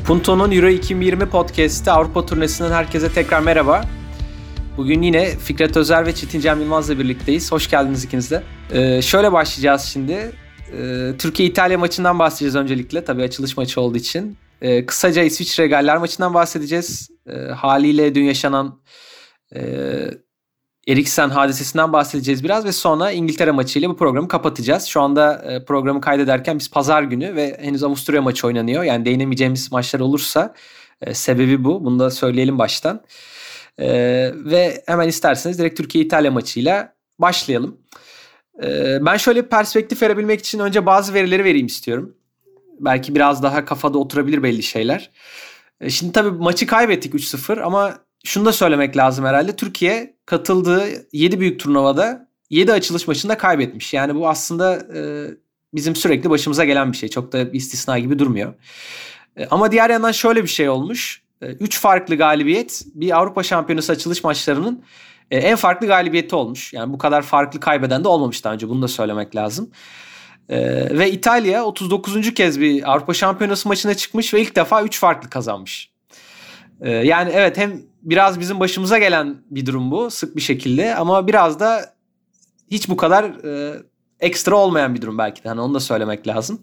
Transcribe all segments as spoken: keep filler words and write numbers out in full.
Punto'nun Euro iki bin yirmi podcast'te Avrupa turnesinden herkese tekrar merhaba. Bugün yine Fikret Özer ve Çetin Cem Yılmaz'la birlikteyiz. Hoş geldiniz ikiniz de. Ee, şöyle başlayacağız şimdi. Ee, Türkiye-İtalya maçından bahsedeceğiz öncelikle. Tabii açılış maçı olduğu için. Ee, kısaca İsviçre Galler maçından bahsedeceğiz. Ee, haliyle dün yaşanan e, Eriksen hadisesinden bahsedeceğiz biraz ve sonra İngiltere maçıyla bu programı kapatacağız. Şu anda e, programı kaydederken biz pazar günü ve henüz Avusturya maçı oynanıyor. Yani değinemeyeceğimiz maçlar olursa e, sebebi bu. Bunu da söyleyelim baştan. E, ve hemen isterseniz direkt Türkiye-İtalya maçıyla başlayalım. E, ben şöyle bir perspektif verebilmek için önce bazı verileri vereyim istiyorum. Belki biraz daha kafada oturabilir belli şeyler. E, şimdi tabii maçı kaybettik üç sıfır ama şunu da söylemek lazım herhalde. Türkiye katıldığı yedi büyük turnuvada yedi açılış maçında kaybetmiş. Yani bu aslında e, bizim sürekli başımıza gelen bir şey. Çok da bir istisna gibi durmuyor. E, ama diğer yandan şöyle bir şey olmuş. üç e, farklı galibiyet bir Avrupa Şampiyonası açılış maçlarının e, en farklı galibiyeti olmuş. Yani bu kadar farklı kaybeden de olmamış daha önce. Bunu da söylemek lazım. E, ve İtalya otuz dokuzuncu kez bir Avrupa Şampiyonası maçına çıkmış ve ilk defa üç farklı kazanmış. E, yani evet, hem biraz bizim başımıza gelen bir durum bu sık bir şekilde ama biraz da hiç bu kadar e, ekstra olmayan bir durum belki de. Hani onu da söylemek lazım.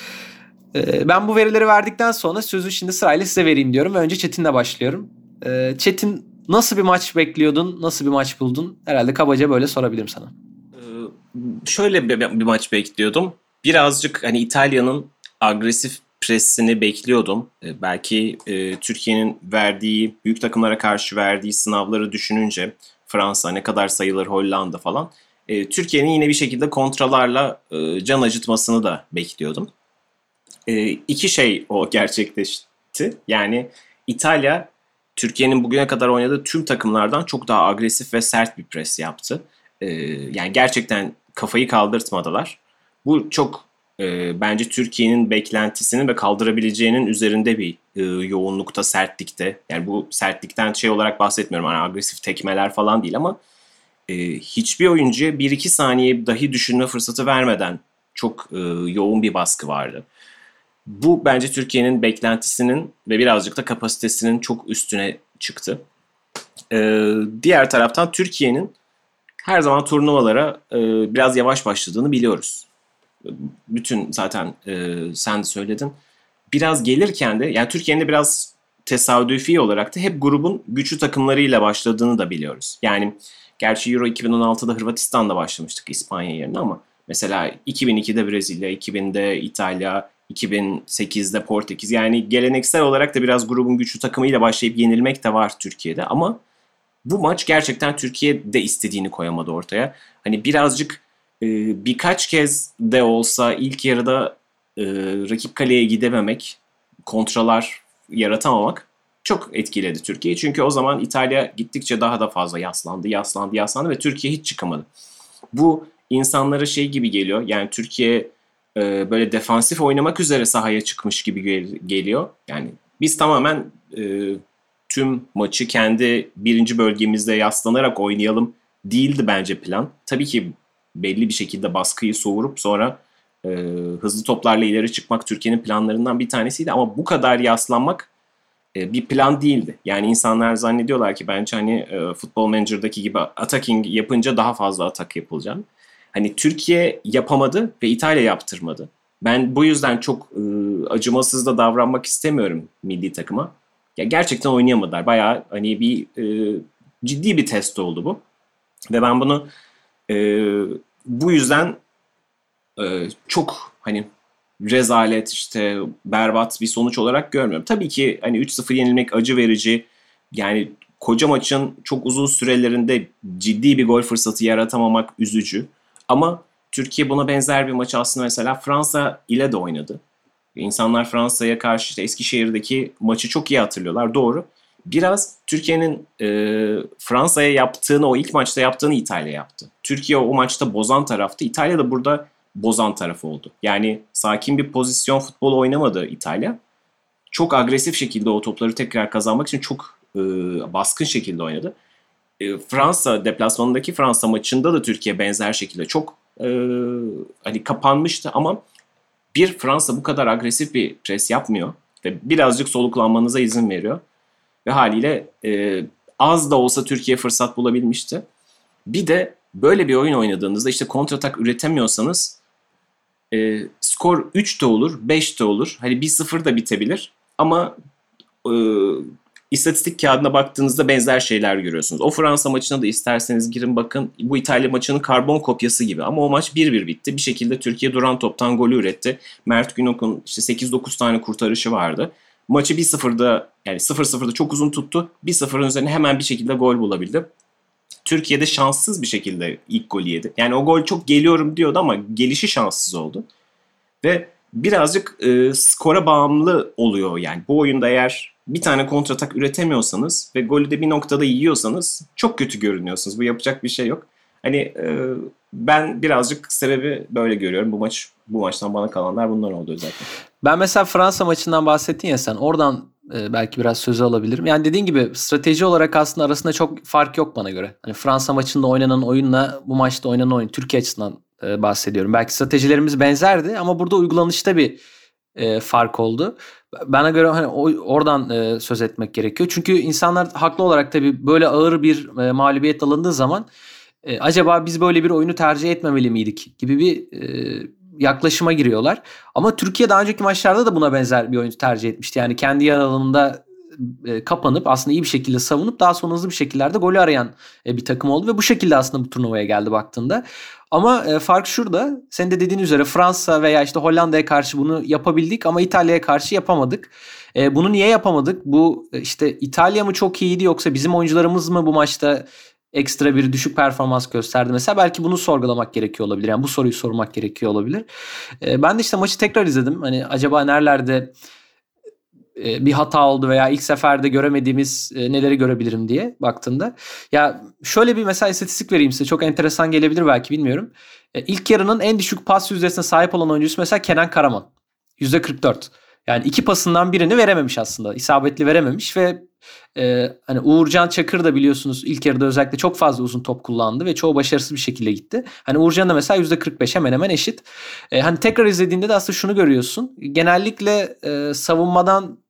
E, ben bu verileri verdikten sonra sözü şimdi sırayla size vereyim diyorum ve önce Çetin'le başlıyorum. E, Çetin, nasıl bir maç bekliyordun? Nasıl bir maç buldun? Herhalde kabaca böyle sorabilirim sana. Ee, şöyle bir, bir maç bekliyordum. Birazcık hani İtalya'nın agresif presini bekliyordum. Ee, belki e, Türkiye'nin verdiği, büyük takımlara karşı verdiği sınavları düşününce Fransa, ne kadar sayılır Hollanda falan. E, Türkiye'nin yine bir şekilde kontralarla e, can acıtmasını da bekliyordum. E, iki şey o gerçekleşti. Yani İtalya, Türkiye'nin bugüne kadar oynadığı tüm takımlardan çok daha agresif ve sert bir pres yaptı. E, yani gerçekten kafayı kaldırtmadılar. Bu çok e, bence Türkiye'nin beklentisinin ve kaldırabileceğinin üzerinde bir e, yoğunlukta, sertlikte. Yani bu sertlikten şey olarak bahsetmiyorum. Yani agresif tekmeler falan değil ama e, hiçbir oyuncuya bir iki saniye dahi düşünme fırsatı vermeden çok e, yoğun bir baskı vardı. Bu bence Türkiye'nin beklentisinin ve birazcık da kapasitesinin çok üstüne çıktı. Ee, diğer taraftan Türkiye'nin her zaman turnuvalara e, biraz yavaş başladığını biliyoruz. Bütün zaten e, sen de söyledin. Biraz gelirken de yani Türkiye'nin de biraz tesadüfi olarak da hep grubun güçlü takımlarıyla başladığını da biliyoruz. Yani gerçi Euro iki bin on altıda Hırvatistan'da başlamıştık İspanya yerine ama mesela iki bin ikide Brezilya, iki binde İtalya, iki bin sekizde Portekiz. Yani geleneksel olarak da biraz grubun güçlü takımıyla başlayıp yenilmek de var Türkiye'de. Ama bu maç gerçekten Türkiye de istediğini koyamadı ortaya. Hani birazcık e, birkaç kez de olsa ilk yarıda e, rakip kaleye gidememek, kontralar yaratamamak çok etkiledi Türkiye'yi. Çünkü o zaman İtalya gittikçe daha da fazla yaslandı, yaslandı, yaslandı ve Türkiye hiç çıkamadı. Bu insanlara şey gibi geliyor. Yani Türkiye böyle defansif oynamak üzere sahaya çıkmış gibi gel- geliyor. Yani biz tamamen e, tüm maçı kendi birinci bölgemizde yaslanarak oynayalım değildi bence plan. Tabii ki belli bir şekilde baskıyı soğurup sonra e, hızlı toplarla ileri çıkmak Türkiye'nin planlarından bir tanesiydi. Ama bu kadar yaslanmak e, bir plan değildi. Yani insanlar zannediyorlar ki bence hani e, Football Manager'daki gibi attacking yapınca daha fazla atak yapılacağını. Hani Türkiye yapamadı ve İtalya yaptırmadı. Ben bu yüzden çok e, acımasız da davranmak istemiyorum milli takıma. Ya gerçekten oynayamadılar. Bayağı hani bir e, ciddi bir test oldu bu. Ve ben bunu e, bu yüzden e, çok hani rezalet, işte berbat bir sonuç olarak görmüyorum. Tabii ki hani üç sıfır yenilmek acı verici. Yani koca maçın çok uzun sürelerinde ciddi bir gol fırsatı yaratamamak üzücü. Ama Türkiye buna benzer bir maçı aslında mesela Fransa ile de oynadı. İnsanlar Fransa'ya karşı işte Eskişehir'deki maçı çok iyi hatırlıyorlar. Doğru. Biraz Türkiye'nin e, Fransa'ya yaptığını, o ilk maçta yaptığını İtalya yaptı. Türkiye o maçta bozan taraftı. İtalya da burada bozan tarafı oldu. Yani sakin bir pozisyon futbolu oynamadı İtalya. Çok agresif şekilde o topları tekrar kazanmak için çok e, baskın şekilde oynadı. Fransa deplasmanındaki Fransa maçında da Türkiye benzer şekilde çok e, hani kapanmıştı ama bir Fransa bu kadar agresif bir pres yapmıyor. Ve birazcık soluklanmanıza izin veriyor. Ve haliyle e, az da olsa Türkiye fırsat bulabilmişti. Bir de böyle bir oyun oynadığınızda işte kontratak üretemiyorsanız e, skor üç de olur, beş de olur. Hani bir sıfır da bitebilir. Ama e, istatistik kağıdına baktığınızda benzer şeyler görüyorsunuz. O Fransa maçına da isterseniz girin bakın. Bu İtalya maçının karbon kopyası gibi. Ama o maç bir bir bitti. Bir şekilde Türkiye duran toptan golü üretti. Mert Günok'un işte sekiz dokuz tane kurtarışı vardı. Maçı bir sıfırda yani sıfır sıfırda çok uzun tuttu. bir sıfırın üzerine hemen bir şekilde gol bulabildi. Türkiye'de şanssız bir şekilde ilk golü yedi. Yani o gol çok geliyorum diyordu ama gelişi şanssız oldu. Ve birazcık e, skora bağımlı oluyor yani. Bu oyunda eğer bir tane kontratak üretemiyorsanız ve golü de bir noktada yiyorsanız çok kötü görünüyorsunuz. Bu yapacak bir şey yok. Hani e, ben birazcık sebebi böyle görüyorum. Bu maç bu maçtan bana kalanlar bunlar oldu özellikle. Ben mesela Fransa maçından bahsettin ya sen. Oradan e, belki biraz sözü alabilirim. Yani dediğin gibi strateji olarak aslında arasında çok fark yok bana göre. Hani Fransa maçında oynanan oyunla bu maçta oynanan oyun Türkiye açısından e, bahsediyorum. Belki stratejilerimiz benzerdi ama burada uygulanışta bir e, fark oldu. Bana göre hani o, oradan e, söz etmek gerekiyor. Çünkü insanlar haklı olarak tabii böyle ağır bir e, mağlubiyet alındığı zaman e, acaba biz böyle bir oyunu tercih etmemeli miydik gibi bir e, yaklaşıma giriyorlar. Ama Türkiye daha önceki maçlarda da buna benzer bir oyunu tercih etmişti. Yani kendi yer alanında e, kapanıp aslında iyi bir şekilde savunup daha sonra hızlı bir şekillerde golü arayan e, bir takım oldu ve bu şekilde aslında bu turnuvaya geldi baktığında. Ama e, fark şurada. Senin de dediğin üzere Fransa veya işte Hollanda'ya karşı bunu yapabildik ama İtalya'ya karşı yapamadık. E, bunu niye yapamadık? Bu işte İtalya mı çok iyiydi yoksa bizim oyuncularımız mı bu maçta ekstra bir düşük performans gösterdi mesela? Belki bunu sorgulamak gerekiyor olabilir. Yani bu soruyu sormak gerekiyor olabilir. E, ben de işte maçı tekrar izledim. Hani acaba nerelerde e, bir hata oldu veya ilk seferde göremediğimiz e, neleri görebilirim diye baktığında. Ya şöyle bir mesela istatistik vereyim size. Çok enteresan gelebilir belki bilmiyorum. E, ilk yarının en düşük pas yüzdesine sahip olan oyuncusu mesela Kenan Karaman. yüzde kırk dört. Yani iki pasından birini verememiş aslında. İsabetli verememiş ve e, hani Uğurcan Çakır da biliyorsunuz ilk yarıda özellikle çok fazla uzun top kullandı ve çoğu başarısız bir şekilde gitti. Hani Uğurcan da mesela yüzde kırk beş hemen hemen eşit. E, hani tekrar izlediğinde de aslında şunu görüyorsun. Genellikle e, savunmadan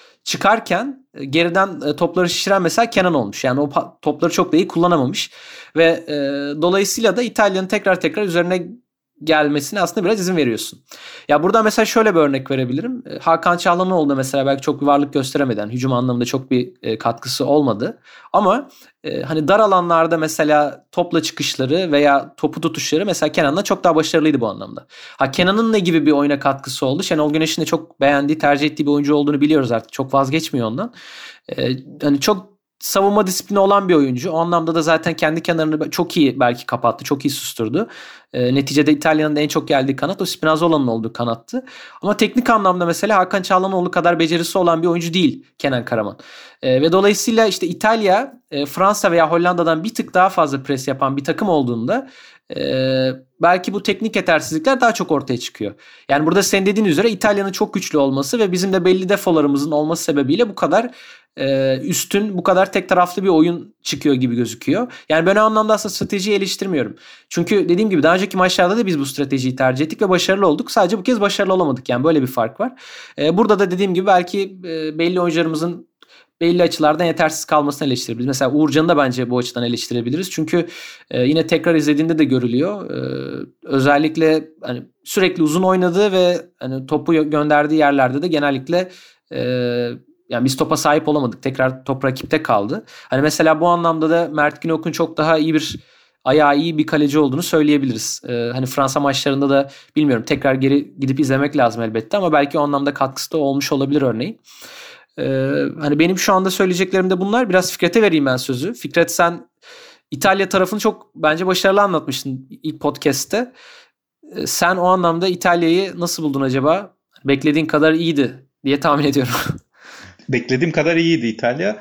çıkarken e, geriden e, topları şişiren mesela Kenan olmuş. Yani o pa- topları çok da iyi kullanamamış. Ve e, dolayısıyla da İtalya'nın tekrar tekrar üzerine gelmesine aslında biraz izin veriyorsun. Ya burada mesela şöyle bir örnek verebilirim. Hakan Çalhanoğlu da mesela belki çok bir varlık gösteremeden, hücum anlamında çok bir e, katkısı olmadı. Ama e, hani dar alanlarda mesela topla çıkışları veya topu tutuşları mesela Kenan'la çok daha başarılıydı bu anlamda. Ha Kenan'ın ne gibi bir oyuna katkısı oldu? Şenol Güneş'in de çok beğendiği, tercih ettiği bir oyuncu olduğunu biliyoruz artık. Çok vazgeçmiyor ondan. E, hani çok savunma disiplini olan bir oyuncu. O anlamda da zaten kendi kenarını çok iyi belki kapattı. Çok iyi susturdu. E, neticede İtalya'nın en çok geldiği kanat o Spinazzola'nın olduğu kanattı. Ama teknik anlamda mesela Hakan Çalhanoğlu kadar becerisi olan bir oyuncu değil Kenan Karaman. E, ve dolayısıyla işte İtalya, e, Fransa veya Hollanda'dan bir tık daha fazla pres yapan bir takım olduğunda e, belki bu teknik yetersizlikler daha çok ortaya çıkıyor. Yani burada senin dediğin üzere İtalya'nın çok güçlü olması ve bizim de belli defolarımızın olması sebebiyle bu kadar e, üstün, bu kadar tek taraflı bir oyun çıkıyor gibi gözüküyor. Yani ben o anlamda aslında stratejiyi eleştirmiyorum. Çünkü dediğim gibi daha önceki maçlarda da biz bu stratejiyi tercih ettik ve başarılı olduk. Sadece bu kez başarılı olamadık. Yani böyle bir fark var. E, burada da dediğim gibi belki e, belli oyuncularımızın belli açılardan yetersiz kalmasını eleştirebiliriz. Mesela Uğurcan'ı da bence bu açıdan eleştirebiliriz. Çünkü e, yine tekrar izlediğinde de görülüyor. E, özellikle hani sürekli uzun oynadığı ve hani topu gönderdiği yerlerde de genellikle e, yani biz topa sahip olamadık. Tekrar top rakipte kaldı. Hani mesela bu anlamda da Mert Günok'un çok daha iyi bir ayağı iyi bir kaleci olduğunu söyleyebiliriz. Ee, hani Fransa maçlarında da bilmiyorum tekrar geri gidip izlemek lazım elbette ama belki o anlamda katkısı da olmuş olabilir örneğin. Ee, hani benim şu anda söyleyeceklerim de bunlar. Biraz Fikret'e vereyim ben sözü. Fikret sen İtalya tarafını çok bence başarılı anlatmıştın ilk podcast'te. Ee, sen o anlamda İtalya'yı nasıl buldun acaba? Beklediğin kadar iyiydi diye tahmin ediyorum. Beklediğim kadar iyiydi İtalya.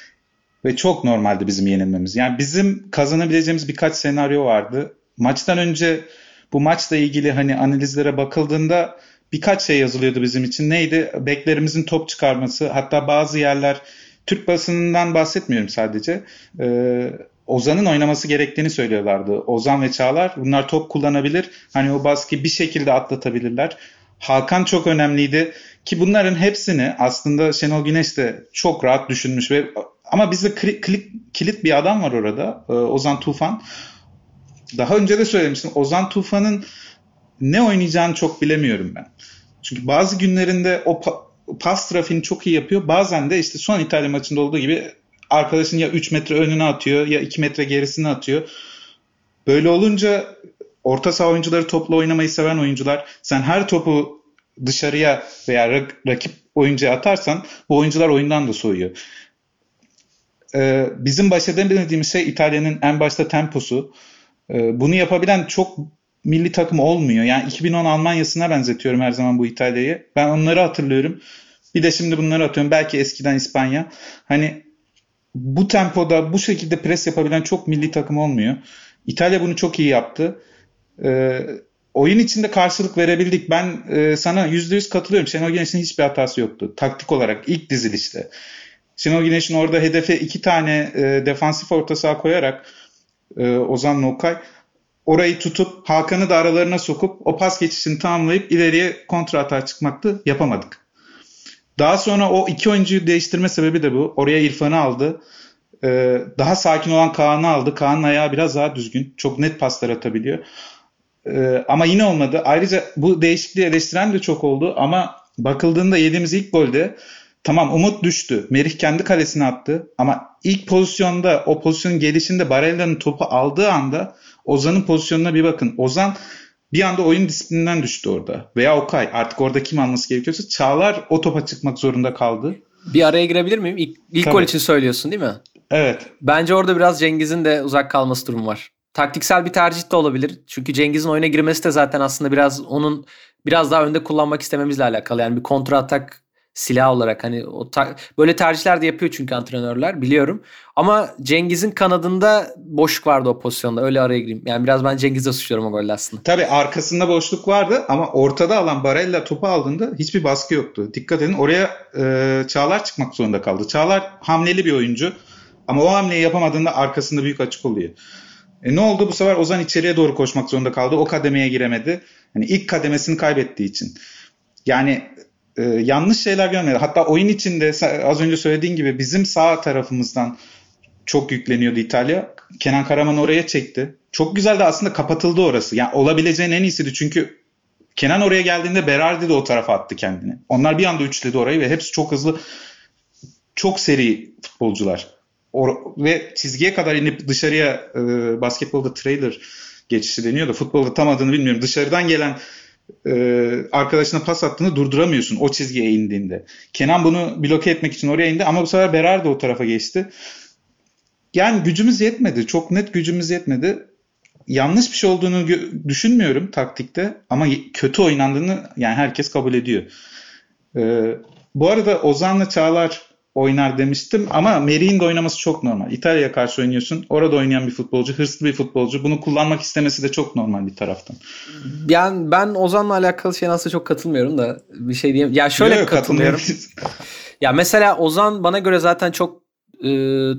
Ve çok normaldi bizim yenilmemiz. Yani bizim kazanabileceğimiz birkaç senaryo vardı. Maçtan önce bu maçla ilgili hani analizlere bakıldığında birkaç şey yazılıyordu bizim için. Neydi? Beklerimizin top çıkarması. Hatta bazı yerler, Türk basınından bahsetmiyorum sadece. Ee, Ozan'ın oynaması gerektiğini söylüyorlardı. Ozan ve Çağlar bunlar top kullanabilir. Hani o baskıyı bir şekilde atlatabilirler. Hakan çok önemliydi ki bunların hepsini aslında Şenol Güneş de çok rahat düşünmüş ve ama bizde kli, kilit bir adam var orada, Ozan Tufan. Daha önce de söylemiştim. Ozan Tufan'ın ne oynayacağını çok bilemiyorum ben. Çünkü bazı günlerinde o pa- pas trafiğini çok iyi yapıyor. Bazen de işte son İtalya maçında olduğu gibi arkadaşın ya üç metre önüne atıyor ya iki metre gerisine atıyor. Böyle olunca orta saha oyuncuları topla oynamayı seven oyuncular. Sen her topu dışarıya veya rak- rakip oyuncuya atarsan bu oyuncular oyundan da soğuyor. Ee, bizim baş edemediğimiz şey İtalya'nın en başta temposu. Ee, bunu yapabilen çok milli takım olmuyor. Yani iki bin on Almanya'sına benzetiyorum her zaman bu İtalya'yı. Ben onları hatırlıyorum. Bir de şimdi bunları atıyorum. Belki eskiden İspanya. Hani bu tempoda bu şekilde pres yapabilen çok milli takım olmuyor. İtalya bunu çok iyi yaptı. Ee, oyun içinde karşılık verebildik. Ben e, sana yüzde yüz katılıyorum. Şenol Güneş'in hiçbir hatası yoktu. Taktik olarak ilk dizilişte. Şenol Güneş'in orada hedefe iki tane e, defansif orta saha koyarak e, Ozan'la Okay orayı tutup Hakan'ı da aralarına sokup o pas geçişini tamamlayıp ileriye kontra atağa çıkmaktı. Yapamadık. Daha sonra o iki oyuncuyu değiştirme sebebi de bu. Oraya İrfan'ı aldı. Ee, daha sakin olan Kaan'ı aldı. Kaan'ın ayağı biraz daha düzgün. Çok net paslar atabiliyor. Ee, ama yine olmadı. Ayrıca bu değişikliği eleştiren de çok oldu. Ama bakıldığında yediğimiz ilk golde tamam Umut düştü. Merih kendi kalesine attı. Ama ilk pozisyonda o pozisyonun gelişinde Barella'nın topu aldığı anda Ozan'ın pozisyonuna bir bakın. Ozan bir anda oyun disiplininden düştü orada. Veya Okay. Artık orada kim alması gerekiyorsa Çağlar o topa çıkmak zorunda kaldı. Bir araya girebilir miyim? İlk, ilk gol için söylüyorsun değil mi? Evet. Bence orada biraz Cengiz'in de uzak kalması durumu var. Taktiksel bir tercih de olabilir. Çünkü Cengiz'in oyuna girmesi de zaten aslında biraz onun biraz daha önde kullanmak istememizle alakalı. Yani bir kontra atak silah olarak hani o ta- böyle tercihler de yapıyor çünkü antrenörler biliyorum. Ama Cengiz'in kanadında boşluk vardı o pozisyonda. Öyle araya gireyim. Yani biraz ben Cengiz'e suçluyorum o golde aslında. Tabii arkasında boşluk vardı ama ortada alan Barella topu aldığında hiçbir baskı yoktu. Dikkat edin oraya e, Çağlar çıkmak zorunda kaldı. Çağlar hamleli bir oyuncu ama o hamleyi yapamadığında arkasında büyük açık oluyor. E ne oldu? Bu sefer Ozan içeriye doğru koşmak zorunda kaldı. O kademeye giremedi. Yani ilk kademesini kaybettiği için. Yani e, yanlış şeyler görmedi. Hatta oyun içinde az önce söylediğin gibi bizim sağ tarafımızdan çok yükleniyordu İtalya. Kenan Karaman oraya çekti. Çok güzel de aslında kapatıldı orası. Yani olabileceğin en iyisiydi. Çünkü Kenan oraya geldiğinde Berardi de o tarafa attı kendini. Onlar bir anda üçledi orayı ve hepsi çok hızlı, çok seri futbolcular. Or- ve çizgiye kadar inip dışarıya e, basketbolda trailer geçişi deniyor da futbolda tam adını bilmiyorum. Dışarıdan gelen e, arkadaşına pas attığını durduramıyorsun o çizgiye indiğinde. Kenan bunu bloke etmek için oraya indi ama bu sefer Berardi o tarafa geçti. Yani gücümüz yetmedi. Çok net gücümüz yetmedi. Yanlış bir şey olduğunu gö- düşünmüyorum taktikte ama kötü oynandığını yani herkes kabul ediyor. Ee, bu arada Ozan'la Çağlar oynar demiştim ama Merih'in de oynaması çok normal. İtalya'ya karşı oynuyorsun. Orada oynayan bir futbolcu, hırslı bir futbolcu. Bunu kullanmak istemesi de çok normal bir taraftan. Yani ben Ozan'la alakalı şeyine aslında çok katılmıyorum da bir şey diyeyim. Ya şöyle Yok, katılmıyorum. Ya mesela Ozan bana göre zaten çok e,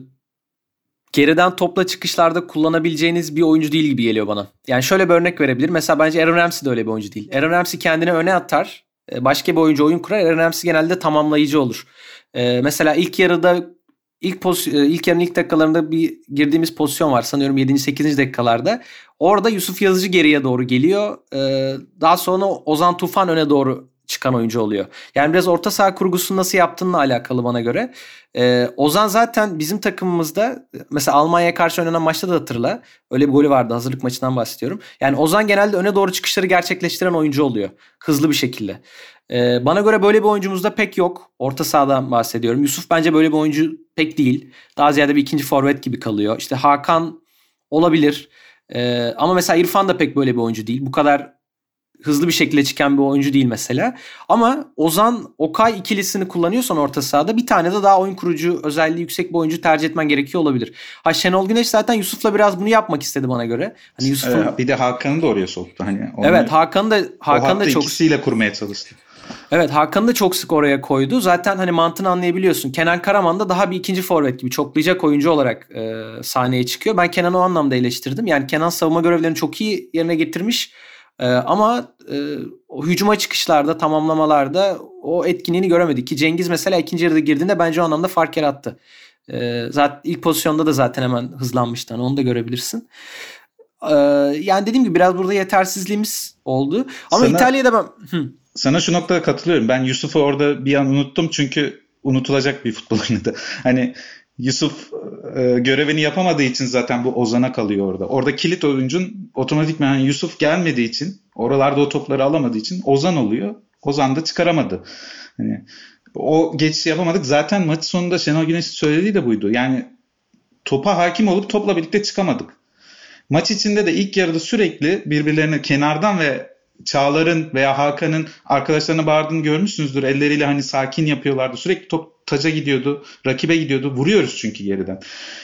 geriden topla çıkışlarda kullanabileceğiniz bir oyuncu değil gibi geliyor bana. Yani şöyle bir örnek verebilir. Mesela bence Aaron Ramsey de öyle bir oyuncu değil. Aaron Ramsey kendini öne atar. Başka bir oyuncu oyun kurar. Aaron Ramsey genelde tamamlayıcı olur. Ee, mesela ilk yarıda ilk poz, ilk yarının ilk dakikalarında bir girdiğimiz pozisyon var. Sanıyorum yedinci sekizinci dakikalarda. Orada Yusuf Yazıcı geriye doğru geliyor. Ee, daha sonra Ozan Tufan öne doğru çıkan oyuncu oluyor. Yani biraz orta saha kurgusunu nasıl yaptığınla alakalı bana göre. Ee, Ozan zaten bizim takımımızda mesela Almanya'ya karşı oynanan maçta da hatırla. Öyle bir golü vardı, hazırlık maçından bahsediyorum. Yani Ozan genelde öne doğru çıkışları gerçekleştiren oyuncu oluyor. Hızlı bir şekilde. Ee, bana göre böyle bir oyuncumuz da pek yok. Orta sahadan bahsediyorum. Yusuf bence böyle bir oyuncu pek değil. Daha ziyade bir ikinci forvet gibi kalıyor. İşte Hakan olabilir. Ee, ama mesela İrfan da pek böyle bir oyuncu değil. Bu kadar hızlı bir şekilde çıkan bir oyuncu değil mesela. Ama Ozan Okay ikilisini kullanıyorsan orta sahada bir tane de daha oyun kurucu özelliği yüksek bir oyuncu tercih etmen gerekiyor olabilir. Ha Şenol Güneş zaten Yusuf'la biraz bunu yapmak istedi bana göre. Hani Yusuf'un Evet, bir de Hakan'ı da oraya soktu hani. Onu, evet, Hakan'ı da Hakan'ı da çok ikisiyle kurmaya çalıştı. Evet, Hakan'ı da çok sık oraya koydu. Zaten hani mantığını anlayabiliyorsun. Kenan Karaman da daha bir ikinci forvet gibi çoklayacak oyuncu olarak e, sahneye çıkıyor. Ben Kenan'ı o anlamda eleştirdim. Yani Kenan savunma görevlerini çok iyi yerine getirmiş. Ee, ama e, o hücuma çıkışlarda, tamamlamalarda o etkinliğini göremedik. Ki Cengiz mesela ikinci yarıda girdiğinde bence o anlamda fark yarattı. Ee, zaten ilk pozisyonda da zaten hemen hızlanmıştı. Hani onu da görebilirsin. Ee, yani dediğim gibi biraz burada yetersizliğimiz oldu. Ama Sana, İtalya'da ben... Hı. Sana şu noktada katılıyorum. Ben Yusuf'u orada bir an unuttum çünkü unutulacak bir futbol oynadı. Hani Yusuf e, görevini yapamadığı için zaten bu Ozan'a kalıyor orada. Orada kilit oyuncun otomatikman yani Yusuf gelmediği için, oralarda o topları alamadığı için Ozan oluyor. Ozan da çıkaramadı. Hani o geçişi yapamadık. Zaten maç sonunda Şenol Güneş'in söylediği de buydu. Yani topa hakim olup topla birlikte çıkamadık. Maç içinde de ilk yarıda sürekli birbirlerine kenardan ve Çağlar'ın veya Hakan'ın arkadaşlarına bağırdığını görmüşsünüzdür. Elleriyle hani sakin yapıyorlardı. Sürekli top taca gidiyordu, rakibe gidiyordu. Vuruyoruz çünkü geriden.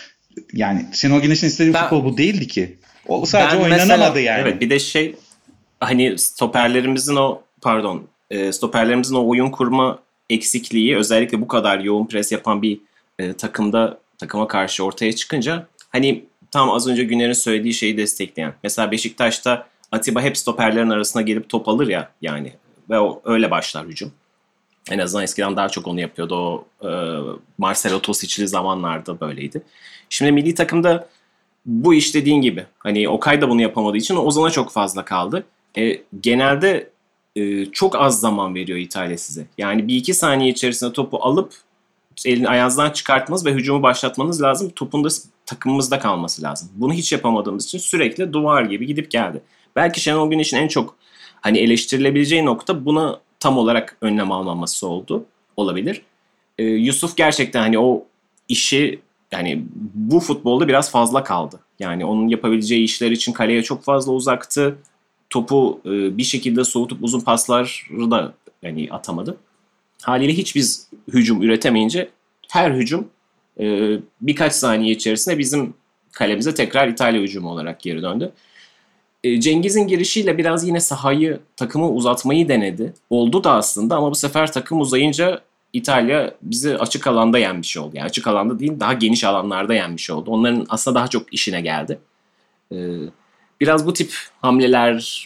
Yani Şenol Güneş'in istediği ben, futbol bu değildi ki. O sadece oynanamadı mesela, yani. Evet, bir de şey hani stoperlerimizin o pardon stoperlerimizin o oyun kurma eksikliği özellikle bu kadar yoğun pres yapan bir e, takımda takıma karşı ortaya çıkınca hani tam az önce Güner'in söylediği şeyi destekleyen. Mesela Beşiktaş'ta Atiba hep stoperlerin arasına gelip top alır ya yani ve o öyle başlar hücum. En azından eskiden daha çok onu yapıyordu. O e, Marcelo Tosic'li zamanlarda böyleydi. Şimdi milli takımda bu iş dediğin gibi. Hani Okay da bunu yapamadığı için Ozan'a çok fazla kaldı. E, genelde e, çok az zaman veriyor İtalya size. Yani bir iki saniye içerisinde topu alıp elini ayağınızdan çıkartmanız ve hücumu başlatmanız lazım. Topun da takımımızda kalması lazım. Bunu hiç yapamadığımız için sürekli duvar gibi gidip geldi. Belki Şenol Güneş'in en çok hani eleştirilebileceği nokta buna tam olarak önlem almaması oldu. Olabilir. Ee, Yusuf gerçekten hani o işi yani bu futbolda biraz fazla kaldı. Yani onun yapabileceği işler için kaleye çok fazla uzaktı. Topu e, bir şekilde soğutup uzun pasları da yani atamadı. Haliyle hiç biz hücum üretemeyince her hücum e, birkaç saniye içerisinde bizim kalemize tekrar İtalya hücumu olarak geri döndü. E, Cengiz'in girişiyle biraz yine sahayı, takımı uzatmayı denedi. Oldu da aslında ama bu sefer takım uzayınca İtalya bizi açık alanda yenmiş oldu. Yani açık alanda değil, daha geniş alanlarda yenmiş oldu. Onların aslında daha çok işine geldi. E, biraz bu tip hamleler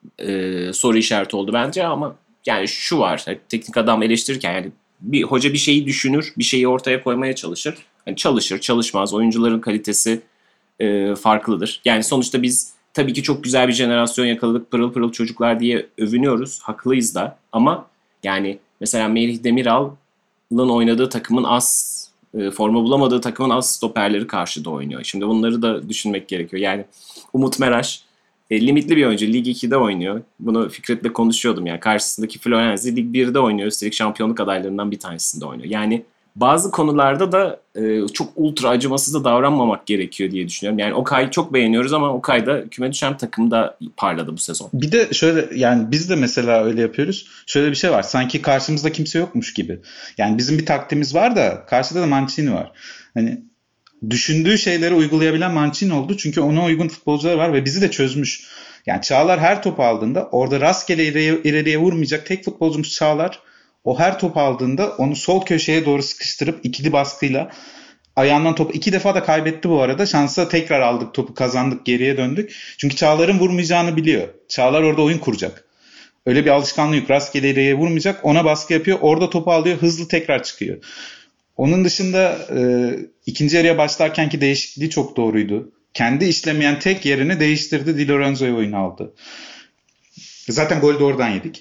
e, soru işareti oldu bence ama yani şu var, teknik adam eleştirirken yani bir hoca bir şeyi düşünür, bir şeyi ortaya koymaya çalışır. Yani çalışır, çalışmaz. Oyuncuların kalitesi e, farklıdır. Yani sonuçta biz tabii ki çok güzel bir jenerasyon yakaladık, pırıl pırıl çocuklar diye övünüyoruz. Haklıyız da ama yani mesela Melih Demiral'ın oynadığı takımın az, e, forma bulamadığı takımın az stoperleri karşıda oynuyor. Şimdi bunları da düşünmek gerekiyor. Yani Umut Meraş E, limitli bir oyuncu. Lig ikide oynuyor. Bunu Fikret'le konuşuyordum. Yani karşısındaki Florenzi Lig birde oynuyor. Üstelik şampiyonluk adaylarından bir tanesinde oynuyor. Yani bazı konularda da e, çok ultra acımasız da davranmamak gerekiyor diye düşünüyorum. Yani Okay'ı çok beğeniyoruz ama Okay da küme düşen takımda parladı bu sezon. Bir de şöyle yani biz de mesela öyle yapıyoruz. Şöyle bir şey var. Sanki karşımızda kimse yokmuş gibi. Yani bizim bir taktiğimiz var da karşıda da Mancini var. Hani düşündüğü şeyleri uygulayabilen Mancini oldu. Çünkü ona uygun futbolcular var ve bizi de çözmüş. Yani Çağlar her topu aldığında orada rastgele ileriye, ileriye vurmayacak tek futbolcumuz Çağlar. O her topu aldığında onu sol köşeye doğru sıkıştırıp ikili baskıyla ayağından topu iki defa da kaybetti bu arada. Şansa tekrar aldık topu, kazandık, geriye döndük. Çünkü Çağlar'ın vurmayacağını biliyor. Çağlar orada oyun kuracak. Öyle bir alışkanlığı yok. Rastgele ileriye vurmayacak. Ona baskı yapıyor. Orada topu alıyor. Hızlı tekrar çıkıyor. Onun dışında e, ikinci yarıya başlarkenki değişikliği çok doğruydu. Kendi işlemeyen tek yerini değiştirdi. Di Lorenzo'ya oyunu aldı. Zaten golü de oradan yedik.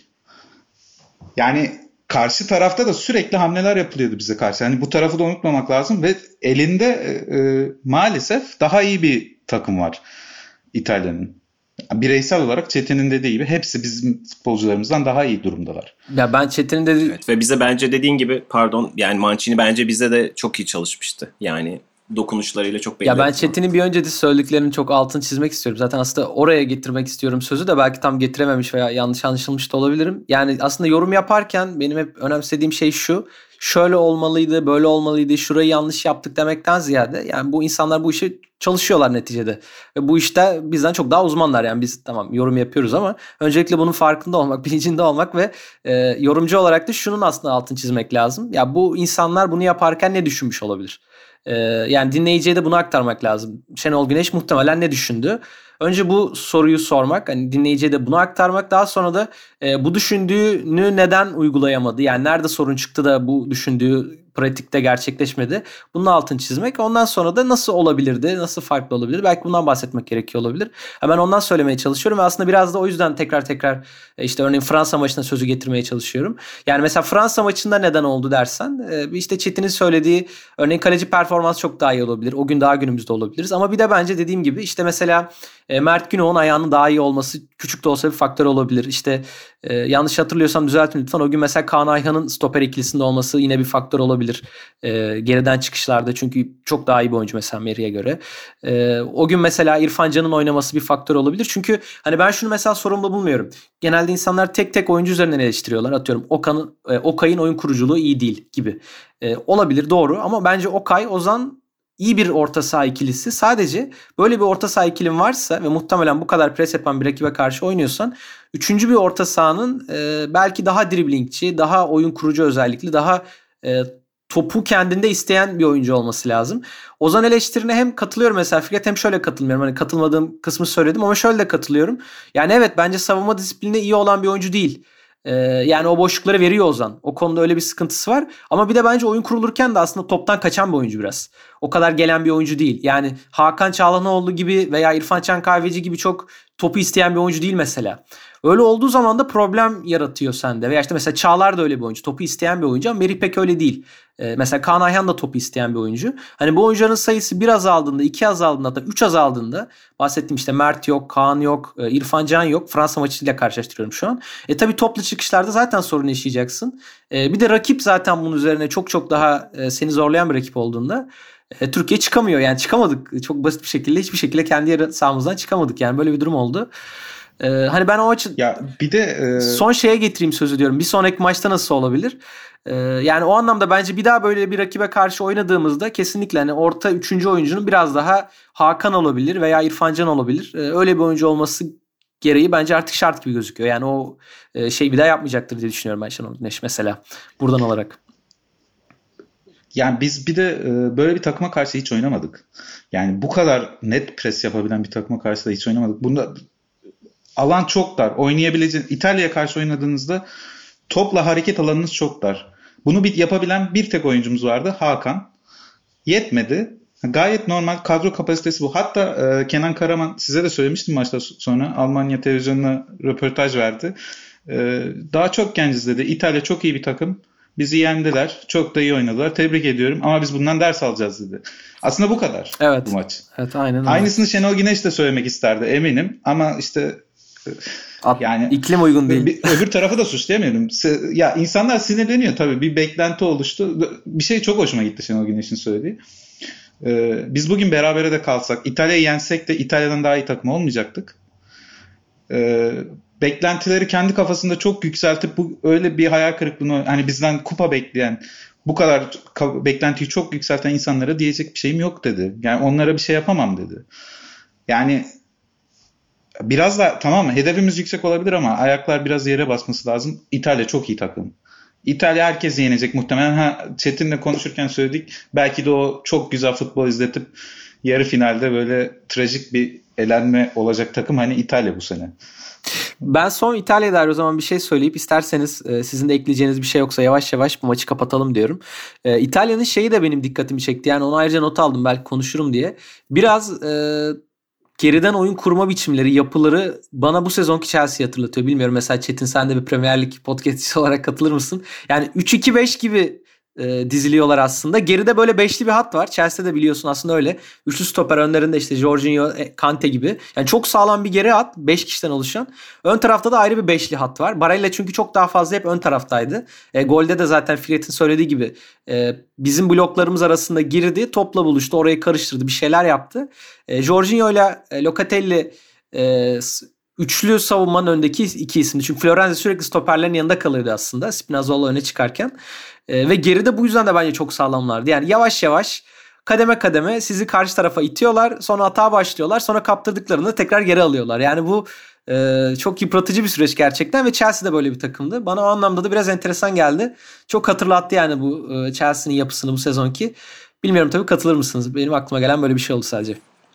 Yani karşı tarafta da sürekli hamleler yapılıyordu bize karşı. Yani bu tarafı da unutmamak lazım ve elinde e, maalesef daha iyi bir takım var İtalya'nın. Bireysel olarak Çetin'in dediği gibi hepsi bizim futbolcularımızdan daha iyi durumdalar. Ya ben Çetin'in dediği... Evet, ve bize bence dediğin gibi pardon yani Mancini bence bize de çok iyi çalışmıştı. Yani dokunuşlarıyla çok belli. Ya ben Çetin'in bir önceki söylediklerinin çok altını çizmek istiyorum. Zaten aslında oraya getirmek istiyorum sözü de belki tam getirememiş veya yanlış anlaşılmış da olabilirim. Yani aslında yorum yaparken benim hep önemsediğim şey şu. Şöyle olmalıydı, böyle olmalıydı, şurayı yanlış yaptık demekten ziyade yani bu insanlar bu işi çalışıyorlar neticede. Ve bu işte bizden çok daha uzmanlar. Yani biz tamam yorum yapıyoruz ama öncelikle bunun farkında olmak, bilincinde olmak ve e, yorumcu olarak da şunun aslında altını çizmek lazım. Ya bu insanlar bunu yaparken ne düşünmüş olabilir? Yani dinleyiciye de bunu aktarmak lazım. Şenol Güneş muhtemelen ne düşündü? önce bu soruyu sormak, hani dinleyiciye de bunu aktarmak, daha sonra da e, bu düşündüğünü neden uygulayamadı? Yani nerede sorun çıktı da bu düşündüğü pratikte gerçekleşmedi? Bunun altını çizmek. Ondan sonra da nasıl olabilirdi? Nasıl farklı olabilir? Belki bundan bahsetmek gerekiyor olabilir. Hemen ondan söylemeye çalışıyorum ve aslında biraz da o yüzden tekrar tekrar işte örneğin Fransa maçına sözü getirmeye çalışıyorum. Yani mesela Fransa maçında neden oldu dersen, işte Çetin'in söylediği örneğin kaleci performansı çok daha iyi olabilir. O gün daha günümüzde olabiliriz. Ama bir de bence dediğim gibi işte mesela Mert Günok'un ayağının daha iyi olması küçük de olsa bir faktör olabilir. İşte e, yanlış hatırlıyorsam düzeltin lütfen. O gün mesela Kaan Ayhan'ın stoper ikilisinde olması yine bir faktör olabilir. E, geriden çıkışlarda, çünkü çok daha iyi bir oyuncu mesela Meri'ye göre. E, o gün mesela İrfan Can'ın oynaması bir faktör olabilir. Çünkü hani ben şunu mesela sorumlu bulmuyorum. Genelde insanlar tek tek oyuncu üzerinden eleştiriyorlar. Atıyorum Okan'ın, e, Okay oyun kuruculuğu iyi değil gibi. E, olabilir, doğru, ama bence Okay, Ozan iyi bir orta saha ikilisi. Sadece böyle bir orta saha ikilin varsa ve muhtemelen bu kadar pres yapan bir rakibe karşı oynuyorsan, üçüncü bir orta sahanın e, belki daha driblingçi, daha oyun kurucu özellikli, daha e, topu kendinde isteyen bir oyuncu olması lazım. Ozan eleştirine hem katılıyorum mesela Fikret, hem şöyle katılmıyorum. Hani katılmadığım kısmı söyledim ama şöyle de katılıyorum. Yani evet, bence savunma disiplini iyi olan bir oyuncu değil. Ee, yani o boşlukları veriyor Ozan. O konuda öyle bir sıkıntısı var. Ama bir de bence oyun kurulurken de aslında toptan kaçan bir oyuncu biraz. O kadar gelen bir oyuncu değil. Yani Hakan Çağlanoğlu gibi veya İrfan Can Kahveci gibi çok topu isteyen bir oyuncu değil mesela. Öyle olduğu zaman da problem yaratıyor sende. Veya işte mesela Çağlar da öyle bir oyuncu. Topu isteyen bir oyuncu ama Merih pek öyle değil. Ee, mesela Kaan Ayhan da topu isteyen bir oyuncu. Hani bu oyuncuların sayısı bir azaldığında, iki azaldığında, hatta üç azaldığında, bahsettiğim işte Mert yok, Kaan yok, İrfan Can yok. Fransa maçıyla karşılaştırıyorum şu an. E tabii toplu çıkışlarda zaten sorun yaşayacaksın. E, bir de rakip zaten bunun üzerine çok çok daha e, seni zorlayan bir rakip olduğunda e, Türkiye çıkamıyor. Yani çıkamadık. Çok basit bir şekilde, hiçbir şekilde kendi yarı sahamızdan çıkamadık. Yani böyle bir durum oldu. Ee, hani ben o açı ya bir de e... son şeye getireyim sözü diyorum. Bir sonraki maçta nasıl olabilir? Ee, yani o anlamda bence bir daha böyle bir rakibe karşı oynadığımızda kesinlikle hani orta üçüncü oyuncunun biraz daha Hakan olabilir veya İrfan Can olabilir. Ee, öyle bir oyuncu olması gereği bence artık şart gibi gözüküyor. Yani o e, şey bir daha yapmayacaktır diye düşünüyorum ben Şenol Güneş mesela buradan olarak. Yani biz bir de e, böyle bir takıma karşı hiç oynamadık. Yani bu kadar net pres yapabilen bir takıma karşı da hiç oynamadık. Bunda alan çok dar. Oynayabileceğiniz, İtalya'ya karşı oynadığınızda topla hareket alanınız çok dar. Bunu bir yapabilen bir tek oyuncumuz vardı, Hakan. Yetmedi. Gayet normal kadro kapasitesi bu. Hatta e, Kenan Karaman, size de söylemiştim maçta sonra, Almanya televizyonuna röportaj verdi. E, daha çok genciz dedi. İtalya çok iyi bir takım. Bizi yendiler. Çok da iyi oynadılar. Tebrik ediyorum ama biz bundan ders alacağız dedi. Aslında bu kadar evet. bu maç. Evet, aynen öyle. Aynısını Şenol Güneş de söylemek isterdi eminim. Ama işte At, yani iklim uygun değil. Bir, öbür tarafı da suçlayamıyorum. Ya insanlar sinirleniyor tabii. Bir beklenti oluştu. Bir şey çok hoşuma gitti Şenol Güneş'in söylediği. Ee, biz bugün berabere de kalsak, İtalya'yı yensek de İtalya'dan daha iyi takım olmayacaktık. Ee, beklentileri kendi kafasında çok yükseltip bu öyle bir hayal kırıklığını, hani bizden kupa bekleyen, bu kadar beklentiyi çok yükselten insanlara diyecek bir şeyim yok dedi. Yani onlara bir şey yapamam dedi. Yani biraz da tamam, hedefimiz yüksek olabilir ama ayaklar biraz yere basması lazım. İtalya çok iyi takım. İtalya herkesi yenecek muhtemelen. Ha, Çetin'le konuşurken söyledik. Belki de o çok güzel futbol izletip yarı finalde böyle trajik bir elenme olacak takım hani İtalya bu sene. Ben son İtalya'ya dair o zaman bir şey söyleyip isterseniz e, sizin de ekleyeceğiniz bir şey yoksa yavaş yavaş bu maçı kapatalım diyorum. E, İtalya'nın şeyi de benim dikkatimi çekti. Yani onu ayrıca not aldım, belki konuşurum diye. Biraz e, geriden oyun kurma biçimleri, yapıları bana bu sezonki Chelsea'yi hatırlatıyor. Bilmiyorum, mesela Çetin sen de bir Premier Lig podcastçisi olarak katılır mısın? Yani üç iki beş gibi e, diziliyorlar aslında. Geride böyle beşli bir hat var. Chelsea'de biliyorsun aslında öyle. Üçlü stoper önlerinde işte Jorginho, Kante gibi. Yani çok sağlam bir geri hat. beş kişiden oluşan. Ön tarafta da ayrı bir beşli hat var. Barella çünkü çok daha fazla hep ön taraftaydı. E, golde de zaten Fikret'in söylediği gibi e, bizim bloklarımız arasında girdi. Topla buluştu. Orayı karıştırdı. Bir şeyler yaptı. E, Jorginho ile e, Locatelli e, üçlü savunmanın öndeki iki isimdi. Çünkü Florenzi sürekli stoperlerin yanında kalırdı aslında. Spinazzola öne çıkarken. E, ve geride bu yüzden de bence çok sağlamlardı. Yani yavaş yavaş kademe kademe sizi karşı tarafa itiyorlar. Sonra hata başlıyorlar. Sonra kaptırdıklarında tekrar geri alıyorlar. Yani bu e, çok yıpratıcı bir süreç gerçekten. Ve Chelsea de böyle bir takımdı. Bana o anlamda da biraz enteresan geldi. Çok hatırlattı yani bu e, Chelsea'nin yapısını bu sezonki. Bilmiyorum tabii, katılır mısınız? Benim aklıma gelen böyle bir şey oldu sadece.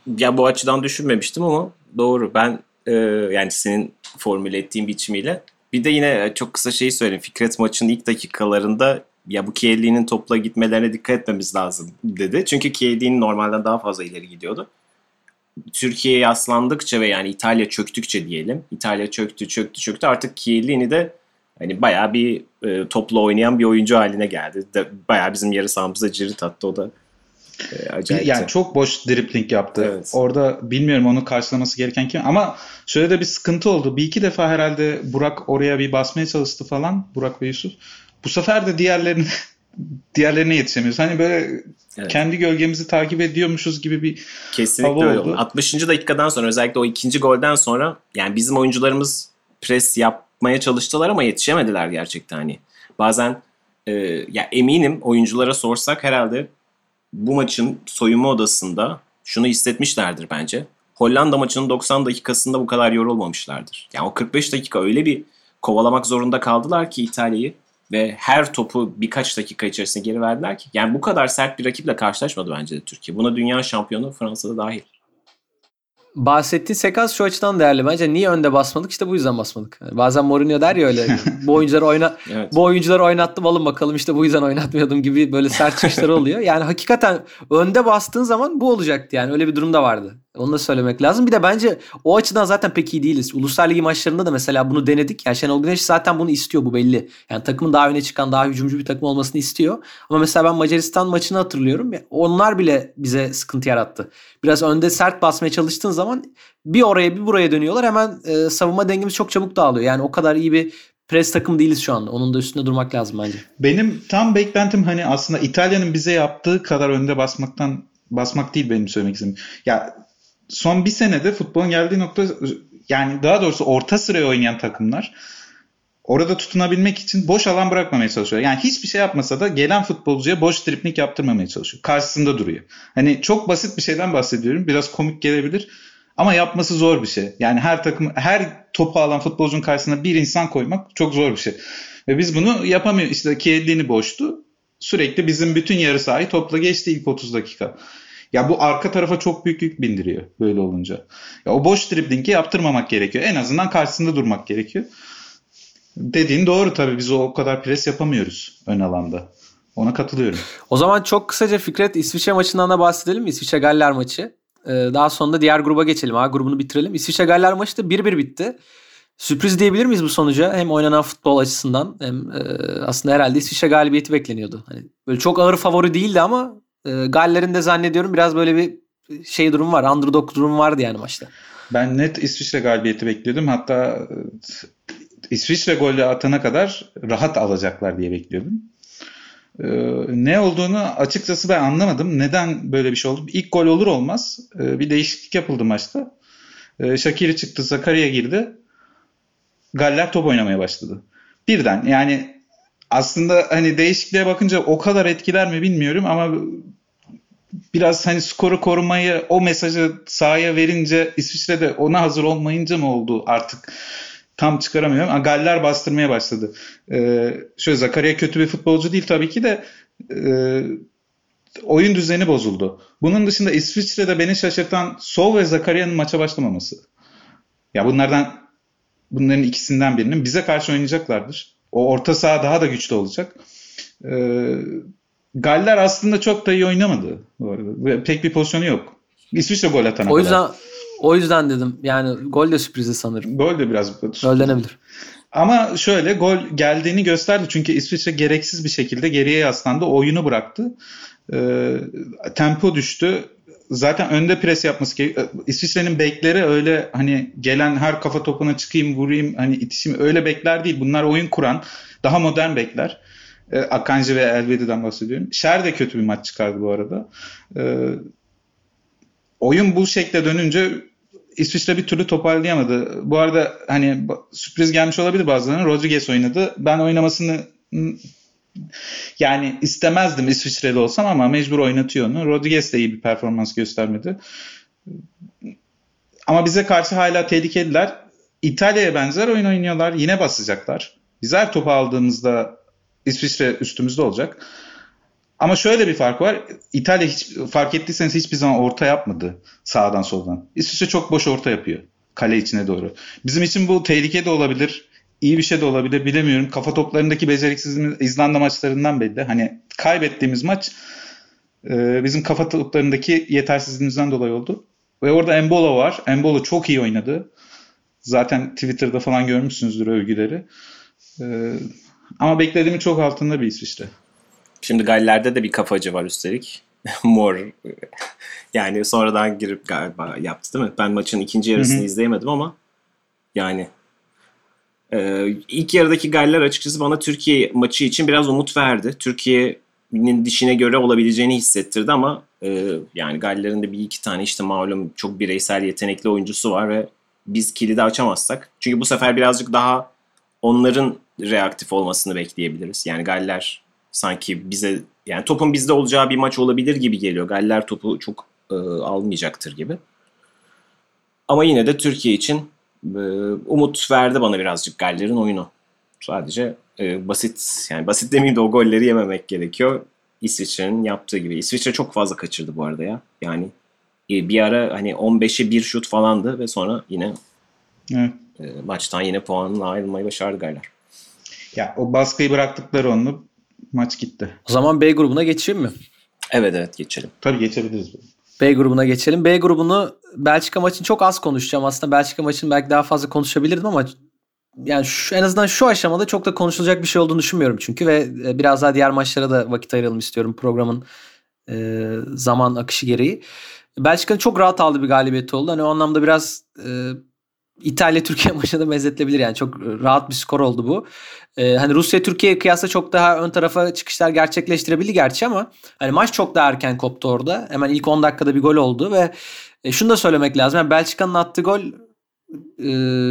Ya bu açıdan düşünmemiştim ama doğru. Ben e, yani senin formüle ettiğin biçimiyle. Bir de yine çok kısa şeyi söyleyeyim. Fikret maçın ilk dakikalarında ya bu Kiel'li'nin topla gitmelerine dikkat etmemiz lazım dedi. Çünkü Kiel'li'nin normalden daha fazla ileri gidiyordu. Türkiye'ye yaslandıkça ve yani İtalya çöktükçe diyelim. İtalya çöktü çöktü çöktü. Artık Kiel'li'ni de hani bayağı bir e, topla oynayan bir oyuncu haline geldi. De, bayağı bizim yarı sahamızda cirit attı o da. E, acayipti. Yani çok boş dribling yaptı. Evet. Orada bilmiyorum onu karşılaması gereken kim. Ama şöyle de bir sıkıntı oldu. Bir iki defa herhalde Burak oraya bir basmaya çalıştı falan. Burak ve Yusuf. Bu sefer de diğerlerine diğerlerine yetişemiyoruz. Hani böyle evet. Kendi gölgemizi takip ediyormuşuz gibi bir kesinlikle hava öyle oldu. altmışıncı dakikadan sonra özellikle o ikinci golden sonra yani bizim oyuncularımız pres yapmaya çalıştılar ama yetişemediler gerçekten. Hani bazen e, ya eminim oyunculara sorsak herhalde bu maçın soyunma odasında şunu hissetmişlerdir bence. Hollanda maçının doksan dakikasında bu kadar yorulmamışlardır. Yani o kırk beş dakika öyle bir kovalamak zorunda kaldılar ki İtalya'yı ve her topu birkaç dakika içerisinde geri verdiler ki. Yani bu kadar sert bir rakiple karşılaşmadı bence de Türkiye. Buna dünya şampiyonu Fransa'da dahil. Bahsettiğin sekans şu açıdan değerli bence. Niye önde basmadık? İşte bu yüzden basmadık. Bazen Mourinho der ya öyle. bu oyuncuları oyna evet. bu oyuncuları oynattım alın bakalım işte bu yüzden oynatmıyordum gibi böyle sert çıkışları oluyor. Yani hakikaten önde bastığın zaman bu olacaktı yani. Öyle bir durum da vardı. Onu da söylemek lazım. Bir de bence o açıdan zaten pek iyi değiliz. Uluslar Ligi maçlarında da mesela bunu denedik. Yani Şenol Güneş zaten bunu istiyor, bu belli. Yani takımın daha öne çıkan, daha hücumcu bir takım olmasını istiyor. Ama mesela ben Macaristan maçını hatırlıyorum. Onlar bile bize sıkıntı yarattı. Biraz önde sert basmaya çalıştığın zaman bir oraya bir buraya dönüyorlar. Hemen e, savunma dengemiz çok çabuk dağılıyor. Yani o kadar iyi bir pres takım değiliz şu anda. Onun da üstünde durmak lazım bence. Benim tam beklentim hani aslında İtalya'nın bize yaptığı kadar önde basmaktan basmak değil benim söylemek istediğim. Ya son bir senede futbolun geldiği nokta yani daha doğrusu orta sıraya oynayan takımlar orada tutunabilmek için boş alan bırakmamaya çalışıyor. Yani hiçbir şey yapmasa da gelen futbolcuya boş dribling yaptırmamaya çalışıyor. Karşısında duruyor. Hani çok basit bir şeyden bahsediyorum. Biraz komik gelebilir ama yapması zor bir şey. Yani her takım her topu alan futbolcunun karşısına bir insan koymak çok zor bir şey. Ve biz bunu yapamıyoruz. İşte Chiellini boştu. Sürekli bizim bütün yarı sahayı topla geçti ilk otuz dakika. Ya bu arka tarafa çok büyük yük bindiriyor böyle olunca. Ya o boş driblingi yaptırmamak gerekiyor. En azından karşısında durmak gerekiyor. Dediğin doğru tabii, biz o kadar pres yapamıyoruz ön alanda. Ona katılıyorum. O zaman çok kısaca Fikret İsviçre maçından da bahsedelim. İsviçre Galler maçı. Ee, daha sonra da diğer gruba geçelim. A grubunu bitirelim. İsviçre Galler maçı da bir bir bitti. Sürpriz diyebilir miyiz bu sonuca? Hem oynanan futbol açısından hem e, aslında herhalde İsviçre galibiyeti bekleniyordu. Hani böyle çok ağır favori değildi ama e, Galler'in de zannediyorum biraz böyle bir şey durum var. Underdog durum vardı yani maçta. Ben net İsviçre galibiyeti bekliyordum. Hatta İsviçre golü atana kadar rahat alacaklar diye bekliyordum. Ee, ne olduğunu açıkçası ben anlamadım. Neden böyle bir şey oldu? İlk gol olur olmaz e, bir değişiklik yapıldı maçta. E, Shaqiri çıktı, Zakaria girdi. Galler top oynamaya başladı. Birden yani aslında hani değişikliğe bakınca o kadar etkiler mi bilmiyorum ama biraz hani skoru korumayı o mesajı sahaya verince İsviçre'de ona hazır olmayınca mı oldu artık tam çıkaramıyorum. Ama Galler bastırmaya başladı. Ee, şöyle Zakaria kötü bir futbolcu değil tabii ki de e, oyun düzeni bozuldu. Bunun dışında İsviçre'de beni şaşırtan Sol ve Zakaria'nın maça başlamaması. Ya bunlardan bunların ikisinden birinin bize karşı oynayacaklardır. O orta saha daha da güçlü olacak. Ee, Galler aslında çok da iyi oynamadı. Pek bir pozisyonu yok. İsviçre gol atana o yüzden, kadar. O yüzden dedim. Yani gol de sürprizi sanırım. Gol de biraz söylenebilir. Ama şöyle gol geldiğini gösterdi. Çünkü İsviçre gereksiz bir şekilde geriye yaslandı. Oyunu bıraktı. Ee, tempo düştü. Zaten önde pres yapması gerekiyor. İsviçre'nin bekleri öyle hani gelen her kafa topuna çıkayım, vurayım, hani itişim öyle bekler değil. Bunlar oyun kuran, daha modern bekler. Ee, Akanji ve Elvedi'den bahsediyorum. Şer de kötü bir maç çıkardı bu arada. Ee, oyun bu şekilde dönünce İsviçre bir türlü toparlayamadı. Bu arada hani sürpriz gelmiş olabilir bazılarına. Rodriguez oynadı. Ben oynamasını yani istemezdim İsviçre'de olsam ama mecbur oynatıyor onu. Rodriguez de iyi bir performans göstermedi. Ama bize karşı hala tehlikeliler. İtalya'ya benzer oyun oynuyorlar. Yine basacaklar. Biz her topu aldığımızda İsviçre üstümüzde olacak. Ama şöyle bir fark var. İtalya hiç fark ettiyseniz hiçbir zaman orta yapmadı sağdan soldan. İsviçre çok boş orta yapıyor kale içine doğru. Bizim için bu tehlike de olabilir, iyi bir şey de olabilir bilemiyorum. Kafa toplarındaki beceriksizliğimiz İzlanda maçlarından belli. Hani kaybettiğimiz maç e, bizim kafa toplarındaki yetersizliğimizden dolayı oldu. Ve orada Embolo var. Embolo çok iyi oynadı. Zaten Twitter'da falan görmüşsünüzdür övgüleri. E, ama beklediğimin çok altında bir İsviçre. Şimdi Galler'de de bir kafacı var üstelik. Mor. Yani sonradan girip galiba yaptı değil mi? Ben maçın ikinci yarısını hı hı. izleyemedim ama yani e, ilk yarıdaki Galler açıkçası bana Türkiye maçı için biraz umut verdi. Türkiye'nin dişine göre olabileceğini hissettirdi ama e, yani Galler'in de bir iki tane işte malum çok bireysel yetenekli oyuncusu var ve biz kilidi açamazsak. Çünkü bu sefer birazcık daha onların reaktif olmasını bekleyebiliriz. Yani Galler sanki bize yani topun bizde olacağı bir maç olabilir gibi geliyor. Galler topu çok e, almayacaktır gibi. Ama yine de Türkiye için e, umut verdi bana birazcık Galler'in oyunu. Sadece e, basit yani basit demeyeyim de o golleri yememek gerekiyor. İsviçre'nin yaptığı gibi. İsviçre çok fazla kaçırdı bu arada ya. Yani e, bir ara hani on beşe bir şut falandı ve sonra yine evet. e, maçtan yine puanla ayrılmayı başardı Galler. Ya o baskıyı bıraktıkları onu maç gitti. O zaman B grubuna geçeyim mi? Evet evet geçelim. Tabii geçebiliriz. B grubuna geçelim. B grubunu Belçika maçını çok az konuşacağım. Aslında Belçika maçını belki daha fazla konuşabilirdim ama yani şu, en azından şu aşamada çok da konuşulacak bir şey olduğunu düşünmüyorum çünkü ve biraz daha diğer maçlara da vakit ayıralım istiyorum programın e, zaman akışı gereği. Belçika'nın çok rahat aldığı bir galibiyeti oldu. Hani o anlamda biraz e, İtalya-Türkiye maçına da benzetilebilir yani çok rahat bir skor oldu bu. Ee, hani Rusya-Türkiye'ye kıyasla çok daha ön tarafa çıkışlar gerçekleştirebildi gerçi ama hani maç çok daha erken koptu orada. Hemen ilk on dakikada bir gol oldu ve e, şunu da söylemek lazım. Yani Belçika'nın attığı gol e,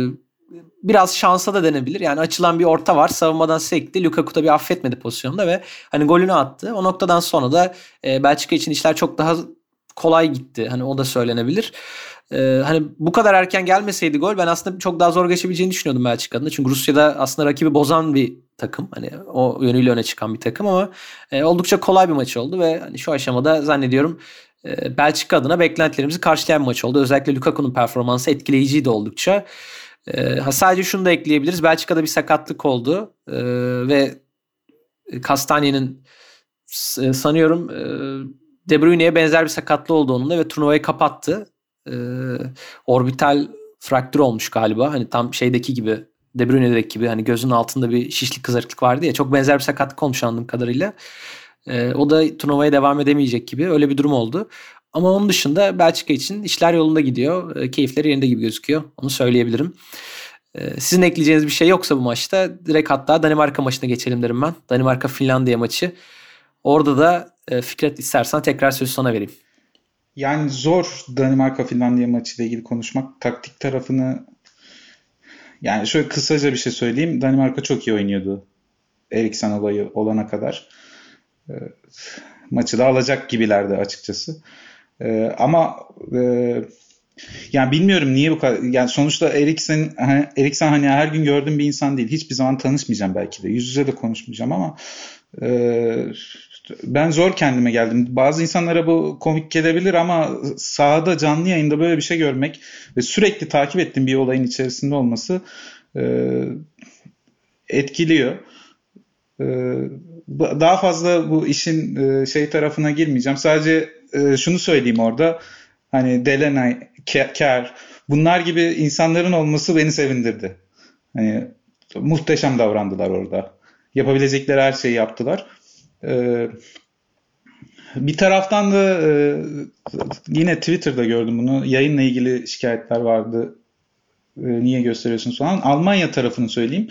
biraz şansa da denebilir. Yani açılan bir orta var. Savunmadan sekti. Lukaku da bir affetmedi pozisyonda ve hani golünü attı. O noktadan sonra da e, Belçika için işler çok daha kolay gitti. Hani o da söylenebilir. Ee, hani bu kadar erken gelmeseydi gol ben aslında çok daha zor geçebileceğini düşünüyordum Belçika'nın. Çünkü Rusya'da aslında rakibi bozan bir takım. Hani o yönüyle öne çıkan bir takım ama e, oldukça kolay bir maç oldu ve hani şu aşamada zannediyorum e, Belçika adına beklentilerimizi karşılayan bir maç oldu. Özellikle Lukaku'nun performansı etkileyiciydi oldukça. E, sadece şunu da ekleyebiliriz. Belçika'da bir sakatlık oldu e, ve Castagnet'in e, sanıyorum e, De Bruyne'ye benzer bir sakatlığı oldu onunla ve turnuvayı kapattı. Ee, orbital fraktür olmuş galiba. Hani tam şeydeki gibi De Bruyne'deki gibi hani gözünün altında bir şişlik kızarıklık vardı ya. Çok benzer bir sakatlık olmuş anladığım kadarıyla. Ee, o da turnuvaya devam edemeyecek gibi öyle bir durum oldu. Ama onun dışında Belçika için işler yolunda gidiyor. Ee, keyifleri yerinde gibi gözüküyor. Onu söyleyebilirim. Ee, sizin ekleyeceğiniz bir şey yoksa bu maçta direkt hatta Danimarka maçına geçelim derim ben. Danimarka-Finlandiya maçı. Orada da e, Fikret istersen tekrar sözü sana vereyim. Yani zor Danimarka-Finlandiya maçıyla ilgili konuşmak. Taktik tarafını yani şöyle kısaca bir şey söyleyeyim. Danimarka çok iyi oynuyordu. Eriksen olayı olana kadar. E, maçı da alacak gibilerdi açıkçası. E, ama e, yani bilmiyorum niye bu kadar. Yani sonuçta Eriksen, hani, Eriksen hani her gün gördüğüm bir insan değil. Hiçbir zaman tanışmayacağım belki de. Yüz yüze de konuşmayacağım ama e, ben zor kendime geldim. Bazı insanlara bu komik gelebilir ama sahada canlı yayında böyle bir şey görmek ve sürekli takip ettiğim bir olayın içerisinde olması e, etkiliyor. E, daha fazla bu işin e, şey tarafına girmeyeceğim. Sadece e, şunu söyleyeyim orada. Hani Delaney, Kerr bunlar gibi insanların olması beni sevindirdi. Hani muhteşem davrandılar orada. Yapabilecekleri her şeyi yaptılar. Ee, bir taraftan da e, yine Twitter'da gördüm bunu. Yayınla ilgili şikayetler vardı. E, niye gösteriyorsunuz falan. Almanya tarafını söyleyeyim.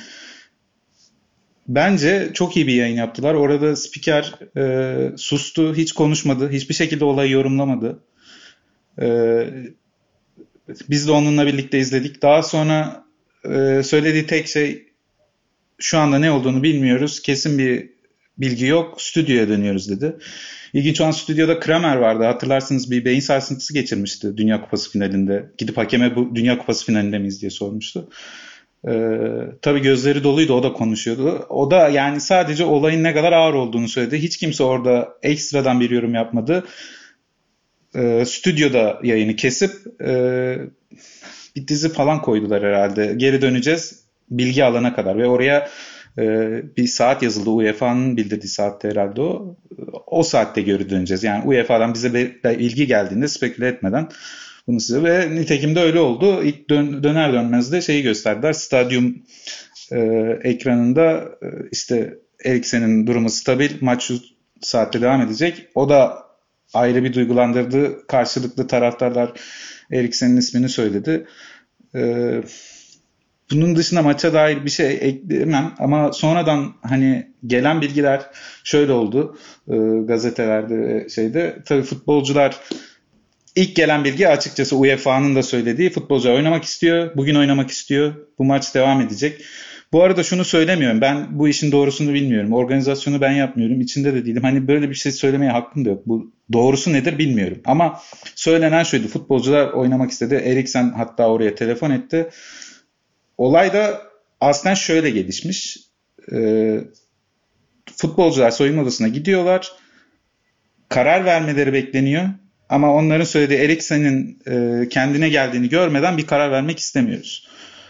Bence çok iyi bir yayın yaptılar. Orada spiker e, sustu, hiç konuşmadı. Hiçbir şekilde olayı yorumlamadı. E, biz de onunla birlikte izledik. Daha sonra e, söylediği tek şey şu anda ne olduğunu bilmiyoruz. Kesin bir bilgi yok. Stüdyoya dönüyoruz dedi. İlginç olan stüdyoda Kramer vardı. Hatırlarsınız bir beyin sarsıntısı geçirmişti Dünya Kupası finalinde. Gidip hakeme bu Dünya Kupası finalinde miyiz diye sormuştu. Ee, tabii gözleri doluydu, o da konuşuyordu. O da yani sadece olayın ne kadar ağır olduğunu söyledi. Hiç kimse orada ekstradan bir yorum yapmadı. Ee, stüdyoda yayını kesip e, bir dizi falan koydular herhalde. Geri döneceğiz bilgi alana kadar ve oraya e, bir saat yazıldı. U E F A'nın bildirdiği saatte herhalde o. O saatte geri döneceğiz. Yani U E F A'dan bize bilgi geldiğinde speküle etmeden bunu size ve nitekim de öyle oldu. İlk dön, döner dönmez de şeyi gösterdiler. Stadyum e, ekranında e, işte Eriksen'in durumu stabil. Maç şu saatte devam edecek. O da ayrı bir duygulandırdı. Karşılıklı taraftarlar Eriksen'in ismini söyledi. E, bunun dışında maça dair bir şey ekleyemem. Ama sonradan hani gelen bilgiler şöyle oldu. E, gazetelerde şeyde. Tabii futbolcular İlk gelen bilgi açıkçası U E F A'nın da söylediği, futbolcular oynamak istiyor, bugün oynamak istiyor, bu maç devam edecek. Bu arada şunu söylemiyorum, ben bu işin doğrusunu bilmiyorum, organizasyonu ben yapmıyorum, içinde de değilim. Hani böyle bir şey söylemeye hakkım da yok, bu doğrusu nedir bilmiyorum. Ama söylenen şuydu, futbolcular oynamak istedi, Eriksen hatta oraya telefon etti. Olay da aslında şöyle gelişmiş, ee, futbolcular soyunma odasına gidiyorlar, karar vermeleri bekleniyor. Ama onların söylediği Eriksen'in e, kendine geldiğini görmeden bir karar vermek istemiyoruz.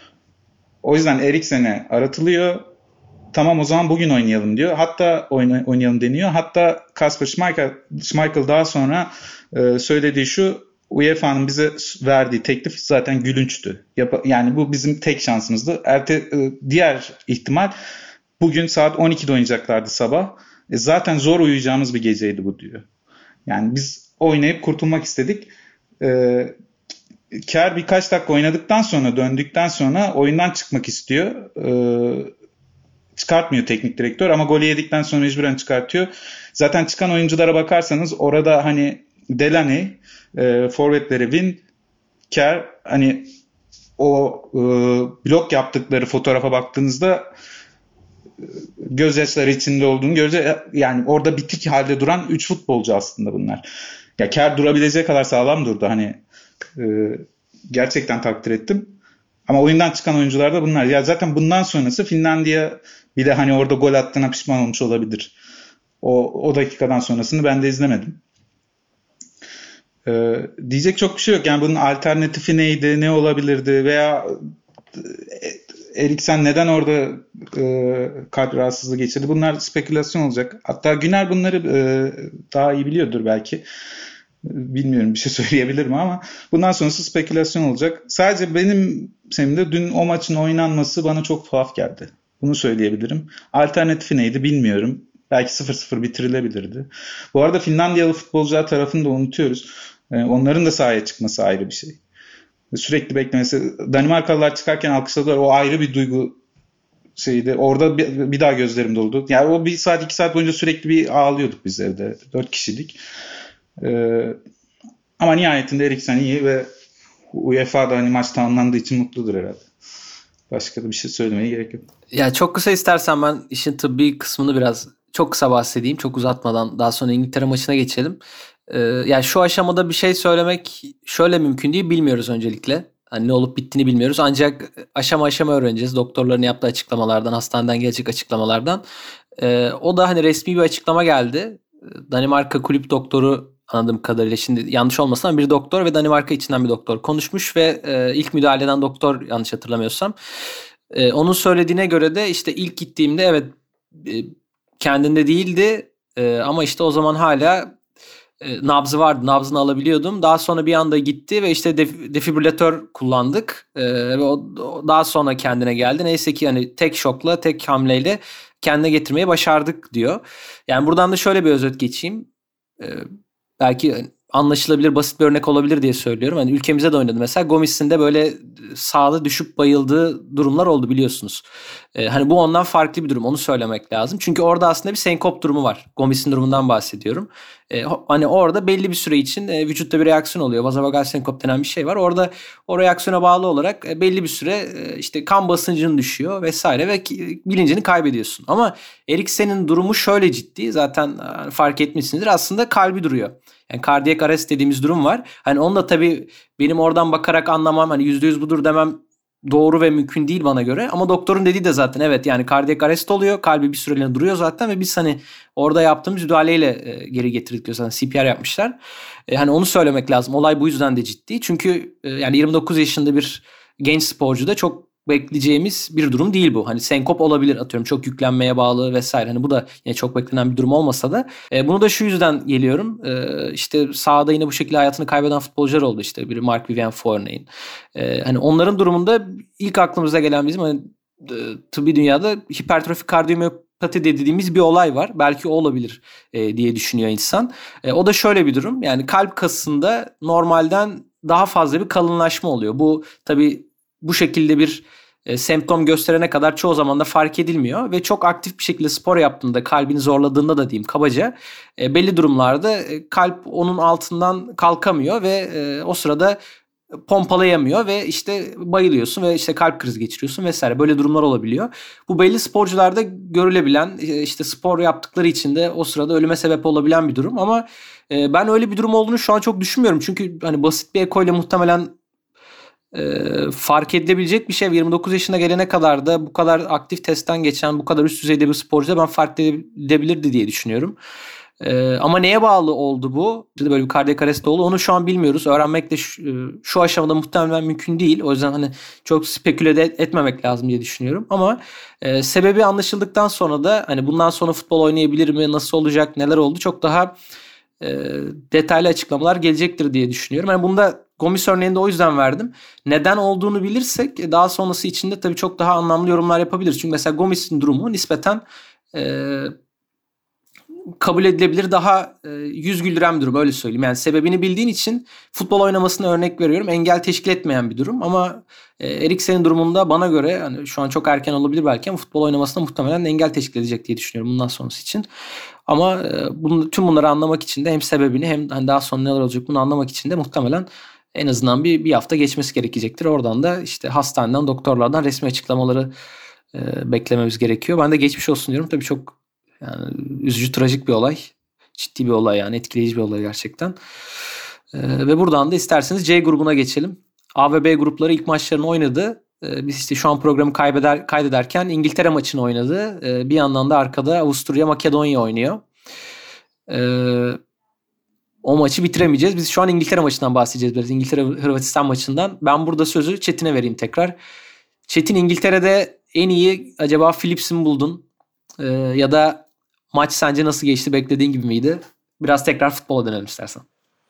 O yüzden Eriksen'e aratılıyor. Tamam o zaman bugün oynayalım diyor. Hatta oyna, oynayalım deniyor. Hatta Kasper Schmeichel, Schmeichel daha sonra e, söylediği şu, U E F A'nın bize verdiği teklif zaten gülünçtü. Yap- yani bu bizim tek şansımızdı. Erte, e, diğer ihtimal bugün saat on ikide oynayacaklardı sabah. E, zaten zor uyuyacağımız bir geceydi bu diyor. Yani biz oynayıp kurtulmak istedik. Ee, Kerr birkaç dakika oynadıktan sonra, döndükten sonra oyundan çıkmak istiyor. Ee, çıkartmıyor teknik direktör ama golü yedikten sonra mecburen çıkartıyor. Zaten çıkan oyunculara bakarsanız orada hani Delaney, e, forvetleri Win, Kerr, hani o e, blok yaptıkları fotoğrafa baktığınızda gözyaşları içinde olduğunu göreceğiz. Yani orada bitik halde duran üç futbolcu aslında bunlar. Ya Kerr durabilecek kadar sağlam durdu. Hani e, gerçekten takdir ettim. Ama oyundan çıkan oyuncular da bunlar. Ya zaten bundan sonrası Finlandiya bir de hani orada gol attığına pişman olmuş olabilir. O, o dakikadan sonrasını ben de izlemedim. E, diyecek çok bir şey yok. Yani bunun alternatifi neydi, ne olabilirdi veya Eriksen neden orada e, kalp rahatsızlığı geçirdi? Bunlar spekülasyon olacak. Hatta Güner bunları e, daha iyi biliyordur belki. Bilmiyorum bir şey söyleyebilir mi ama bundan sonrası spekülasyon olacak. Sadece benim seninle dün o maçın oynanması bana çok tuhaf geldi. Bunu söyleyebilirim. Alternatifi neydi bilmiyorum. Belki sıfır sıfır bitirilebilirdi. Bu arada Finlandiyalı futbolcular tarafını da unutuyoruz. E, onların da sahaya çıkması ayrı bir şey. Sürekli beklemesi. Danimarkalılar çıkarken alkışladılar. O ayrı bir duygu şeydi. Orada bir, bir daha gözlerim doldu. Yani o bir saat iki saat boyunca sürekli bir ağlıyorduk biz evde. Dört kişilik. Ee, ama nihayetinde Eriksen iyi ve U E F A'da hani maç tamamlandığı için mutludur herhalde. Başka da bir şey söylemeye gerek yok. Ya çok kısa istersen ben işin tıbbi kısmını biraz çok kısa bahsedeyim. Çok uzatmadan daha sonra İngiltere maçına geçelim. Ee, yani şu aşamada bir şey söylemek şöyle mümkün değil, bilmiyoruz öncelikle. Hani ne olup bittiğini bilmiyoruz. Ancak aşama aşama öğreneceğiz. Doktorların yaptığı açıklamalardan, hastaneden gelecek açıklamalardan. Ee, o da hani resmi bir açıklama geldi. Danimarka kulüp doktoru, anladığım kadarıyla, şimdi yanlış olmasın ama bir doktor ve Danimarka içinden bir doktor konuşmuş ve e, ilk müdahale eden doktor, yanlış hatırlamıyorsam. E, onun söylediğine göre de işte ilk gittiğimde evet e, kendinde değildi e, ama işte o zaman hala e, nabzı vardı. Nabzını alabiliyordum. Daha sonra bir anda gitti ve işte def- defibrilatör kullandık. E, ve o, o daha sonra kendine geldi. Neyse ki hani tek şokla, tek hamleyle kendine getirmeyi başardık diyor. Yani buradan da şöyle bir özet geçeyim. E, belki anlaşılabilir, basit bir örnek olabilir diye söylüyorum. Hani ülkemize de oynadı mesela. Gomis'in de böyle sahada düşüp bayıldığı durumlar oldu biliyorsunuz. Ee, hani bu ondan farklı bir durum. Onu söylemek lazım. Çünkü orada aslında bir senkop durumu var. Gomis'in durumundan bahsediyorum. Ee, hani orada belli bir süre için e, vücutta bir reaksiyon oluyor. Vazovagal senkop denen bir şey var. Orada o reaksiyona bağlı olarak e, belli bir süre e, işte kan basıncın düşüyor vesaire ve ki, bilincini kaybediyorsun. Ama Eriksen'in durumu şöyle ciddi. Zaten e, fark etmişsinizdir. Aslında kalbi duruyor. Yani kardiyak arrest dediğimiz durum var. Hani onu da tabii benim oradan bakarak anlamam, hani yüzde yüz budur demem doğru ve mümkün değil bana göre. Ama doktorun dediği de zaten evet yani kardiyak arrest oluyor. Kalbi bir süreliğine duruyor zaten ve biz hani orada yaptığımız müdahaleyle e, geri getirdik diyor zaten. C P R yapmışlar. E, hani onu söylemek lazım. Olay bu yüzden de ciddi. Çünkü e, yani yirmi dokuz yaşında bir genç sporcu da çok bekleyeceğimiz bir durum değil bu. Hani senkop olabilir atıyorum çok yüklenmeye bağlı vesaire. Hani bu da yine çok beklenen bir durum olmasa da. E, bunu da şu yüzden geliyorum. E, işte sahada yine bu şekilde hayatını kaybeden futbolcular oldu işte. Biri Mark Vivian Fournier'in. E, hani onların durumunda ilk aklımıza gelen bizim hani e, tıbbi dünyada hipertrofik kardiyomiyopati dediğimiz bir olay var. Belki o olabilir e, diye düşünüyor insan. E, o da şöyle bir durum. Yani kalp kasında normalden daha fazla bir kalınlaşma oluyor. Bu tabii bu şekilde bir e, semptom gösterene kadar çoğu zaman da fark edilmiyor ve çok aktif bir şekilde spor yaptığında, kalbini zorladığında da diyeyim kabaca e, belli durumlarda e, kalp onun altından kalkamıyor ve e, o sırada pompalayamıyor ve işte bayılıyorsun ve işte kalp krizi geçiriyorsun vesaire. Böyle durumlar olabiliyor. Bu belli sporcularda görülebilen e, işte spor yaptıkları için de o sırada ölüme sebep olabilen bir durum ama e, ben öyle bir durum olduğunu şu an çok düşünmüyorum. Çünkü hani basit bir ekoyle muhtemelen E, fark edilebilecek bir şey. yirmi dokuz yaşına gelene kadar da bu kadar aktif testten geçen, bu kadar üst düzeyde bir sporcuda ben fark edebilirdi diye düşünüyorum. E, ama neye bağlı oldu bu? Böyle bir kardiyak arrest oldu. Onu şu an bilmiyoruz. Öğrenmek de şu, şu aşamada muhtemelen mümkün değil. O yüzden hani çok speküle de etmemek lazım diye düşünüyorum. Ama e, sebebi anlaşıldıktan sonra da hani bundan sonra futbol oynayabilir mi? Nasıl olacak? Neler oldu? Çok daha e, detaylı açıklamalar gelecektir diye düşünüyorum. Yani bunda Gomis örneğinde o yüzden verdim. Neden olduğunu bilirsek daha sonrası için de tabii çok daha anlamlı yorumlar yapabiliriz. Çünkü mesela Gomis'in durumu nispeten e, kabul edilebilir, daha e, yüz güldüren bir durum öyle söyleyeyim. Yani sebebini bildiğin için futbol oynamasına örnek veriyorum. Engel teşkil etmeyen bir durum ama e, Eriksen'in durumunda bana göre hani şu an çok erken olabilir belki ama futbol oynamasına muhtemelen engel teşkil edecek diye düşünüyorum bundan sonrası için. Ama e, bunu, tüm bunları anlamak için de hem sebebini hem hani daha sonra neler olacak bunu anlamak için de muhtemelen en azından bir, bir hafta geçmesi gerekecektir. Oradan da işte hastaneden, doktorlardan resmi açıklamaları e, beklememiz gerekiyor. Ben de geçmiş olsun diyorum. Tabii çok yani üzücü, trajik bir olay. Ciddi bir olay yani. Etkileyici bir olay gerçekten. E, ve buradan da isterseniz C grubuna geçelim. A ve B grupları ilk maçlarını oynadı. E, biz işte şu an programı kaybeder, kaydederken İngiltere maçını oynadı. E, bir yandan da arkada Avusturya, Makedonya oynuyor. Eee O maçı bitiremeyeceğiz. Biz şu an İngiltere maçından bahsedeceğiz biraz. İngiltere-Hırvatistan maçından. Ben burada sözü Çetin'e vereyim tekrar. Çetin, İngiltere'de en iyi acaba Phillips'i mi buldun? Ee, ya da maç sence nasıl geçti? Beklediğin gibi miydi? Biraz tekrar futbola dönelim istersen.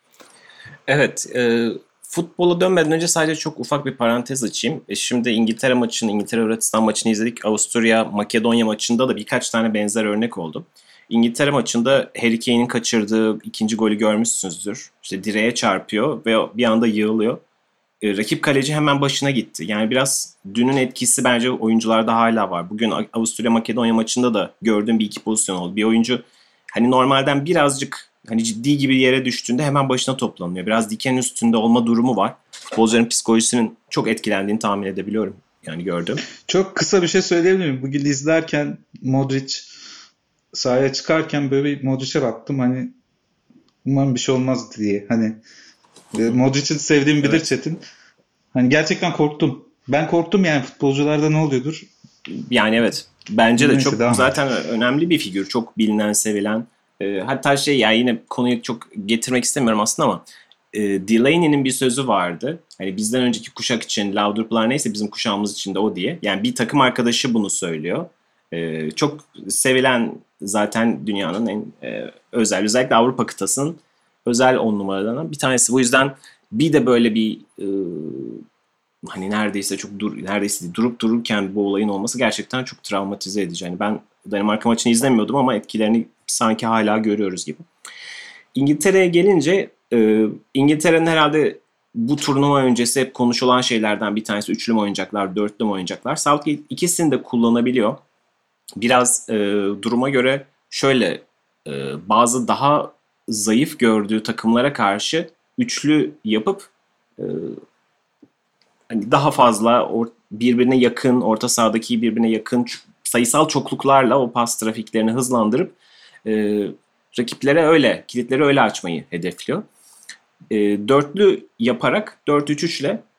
Evet. E, futbola dönmeden önce sadece çok ufak bir parantez açayım. E, şimdi İngiltere maçını, İngiltere-Hırvatistan maçını izledik. Avusturya-Makedonya maçında da birkaç tane benzer örnek oldu. İngiltere maçında Harry Kane'in kaçırdığı ikinci golü görmüşsünüzdür. İşte direğe çarpıyor ve bir anda yığılıyor. E, rakip kaleci hemen başına gitti. Yani biraz dünün etkisi bence oyuncularda hala var. Bugün Avusturya-Makedonya maçında da gördüğüm bir iki pozisyon oldu. Bir oyuncu hani normalden birazcık hani ciddi gibi yere düştüğünde hemen başına toplanıyor. Biraz diken üstünde olma durumu var. Futbolcuların psikolojisinin çok etkilendiğini tahmin edebiliyorum. Yani gördüm. Çok kısa bir şey söyleyebilir miyim? Bugün izlerken Modric sahaya çıkarken böyle bir Modric'e baktım hani umarım bir şey olmaz diye. Hani Modric'i sevdiğimi bilir evet. Çetin. Hani gerçekten korktum. Ben korktum yani futbolcularda ne oluyordur? Yani evet. Bence de Neyse, çok zaten et. Önemli bir figür. Çok bilinen, sevilen. E, hatta şey yani yine konuyu çok getirmek istemiyorum aslında ama e, Delaney'nin bir sözü vardı. Hani bizden önceki kuşak için Laudrup'lar neyse bizim kuşağımız için de o diye. Yani bir takım arkadaşı bunu söylüyor. E, çok sevilen zaten dünyanın en e, özel, özellikle Avrupa kıtasının özel on numaralarından bir tanesi. Bu yüzden bir de böyle bir e, hani neredeyse çok dur, neredeyse durup dururken bu olayın olması gerçekten çok travmatize edici. Yani ben Danimarka maçını izlemiyordum ama etkilerini sanki hala görüyoruz gibi. İngiltere'ye gelince e, İngiltere'nin herhalde bu turnuva öncesi hep konuşulan şeylerden bir tanesi üçlü mü oynayacaklar, dörtlü mü oynayacaklar. Southgate ikisini de kullanabiliyor. Biraz e, duruma göre şöyle e, bazı daha zayıf gördüğü takımlara karşı üçlü yapıp e, hani daha fazla or- birbirine yakın, orta sahadaki birbirine yakın sayısal çokluklarla o pas trafiklerini hızlandırıp e, rakiplere öyle, kilitleri öyle açmayı hedefliyor. E, dörtlü yaparak dört üç üç ile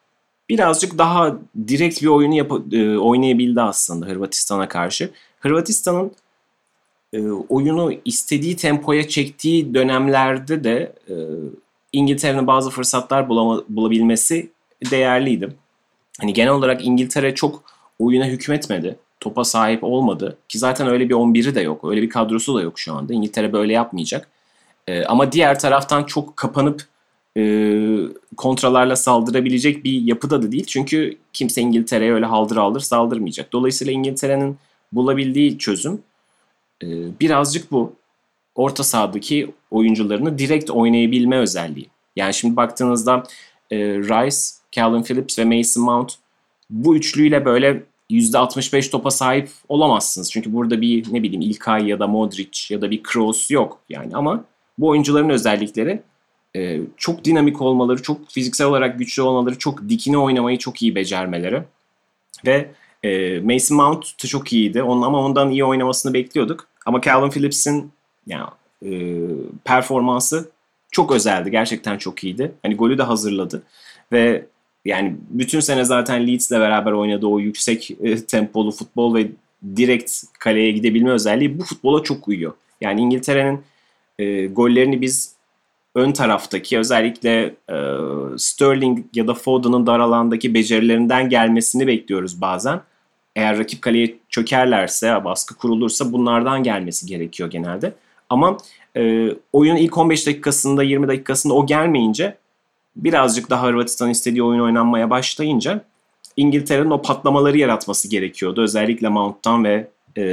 birazcık daha direkt bir oyunu yap- e, oynayabildi aslında Hırvatistan'a karşı. Hırvatistan'ın e, oyunu istediği tempoya çektiği dönemlerde de e, İngiltere'nin bazı fırsatlar bulama- bulabilmesi değerliydi. Hani genel olarak İngiltere çok oyuna hükmetmedi. Topa sahip olmadı. Ki zaten öyle bir on biri de yok. Öyle bir kadrosu da yok şu anda. İngiltere böyle yapmayacak. E, ama diğer taraftan çok kapanıp e, kontralarla saldırabilecek bir yapıda da değil. Çünkü kimse İngiltere'ye öyle haldır haldır saldırmayacak. Dolayısıyla İngiltere'nin bulabildiği çözüm e, birazcık bu. Orta sahadaki oyuncularını direkt oynayabilme özelliği. Yani şimdi baktığınızda e, Rice, Calvin Phillips ve Mason Mount, bu üçlüyle böyle yüzde altmış beş topa sahip olamazsınız. Çünkü burada bir ne bileyim İlkay ya da Modric ya da bir Kroos yok yani. Ama bu oyuncuların özellikleri e, çok dinamik olmaları, çok fiziksel olarak güçlü olmaları, çok dikine oynamayı çok iyi becermeleri. Ve e, Mason Mount da çok iyiydi. Onun, ama ondan iyi oynamasını bekliyorduk. Ama Calvin Phillips'in yani, e, performansı çok özeldi. Gerçekten çok iyiydi. Hani golü de hazırladı. Ve yani bütün sene zaten Leeds'le beraber oynadığı o yüksek e, tempolu futbol ve direkt kaleye gidebilme özelliği bu futbola çok uyuyor. Yani İngiltere'nin e, gollerini biz ön taraftaki özellikle e, Sterling ya da Foden'ın dar alandaki becerilerinden gelmesini bekliyoruz bazen. Eğer rakip kaleye çökerlerse, baskı kurulursa bunlardan gelmesi gerekiyor genelde. Ama e, oyunun ilk on beş dakikasında, yirmi dakikasında o gelmeyince, birazcık daha Hırvatistan istediği oyun oynanmaya başlayınca İngiltere'nin o patlamaları yaratması gerekiyordu. Özellikle Mount'tan ve e,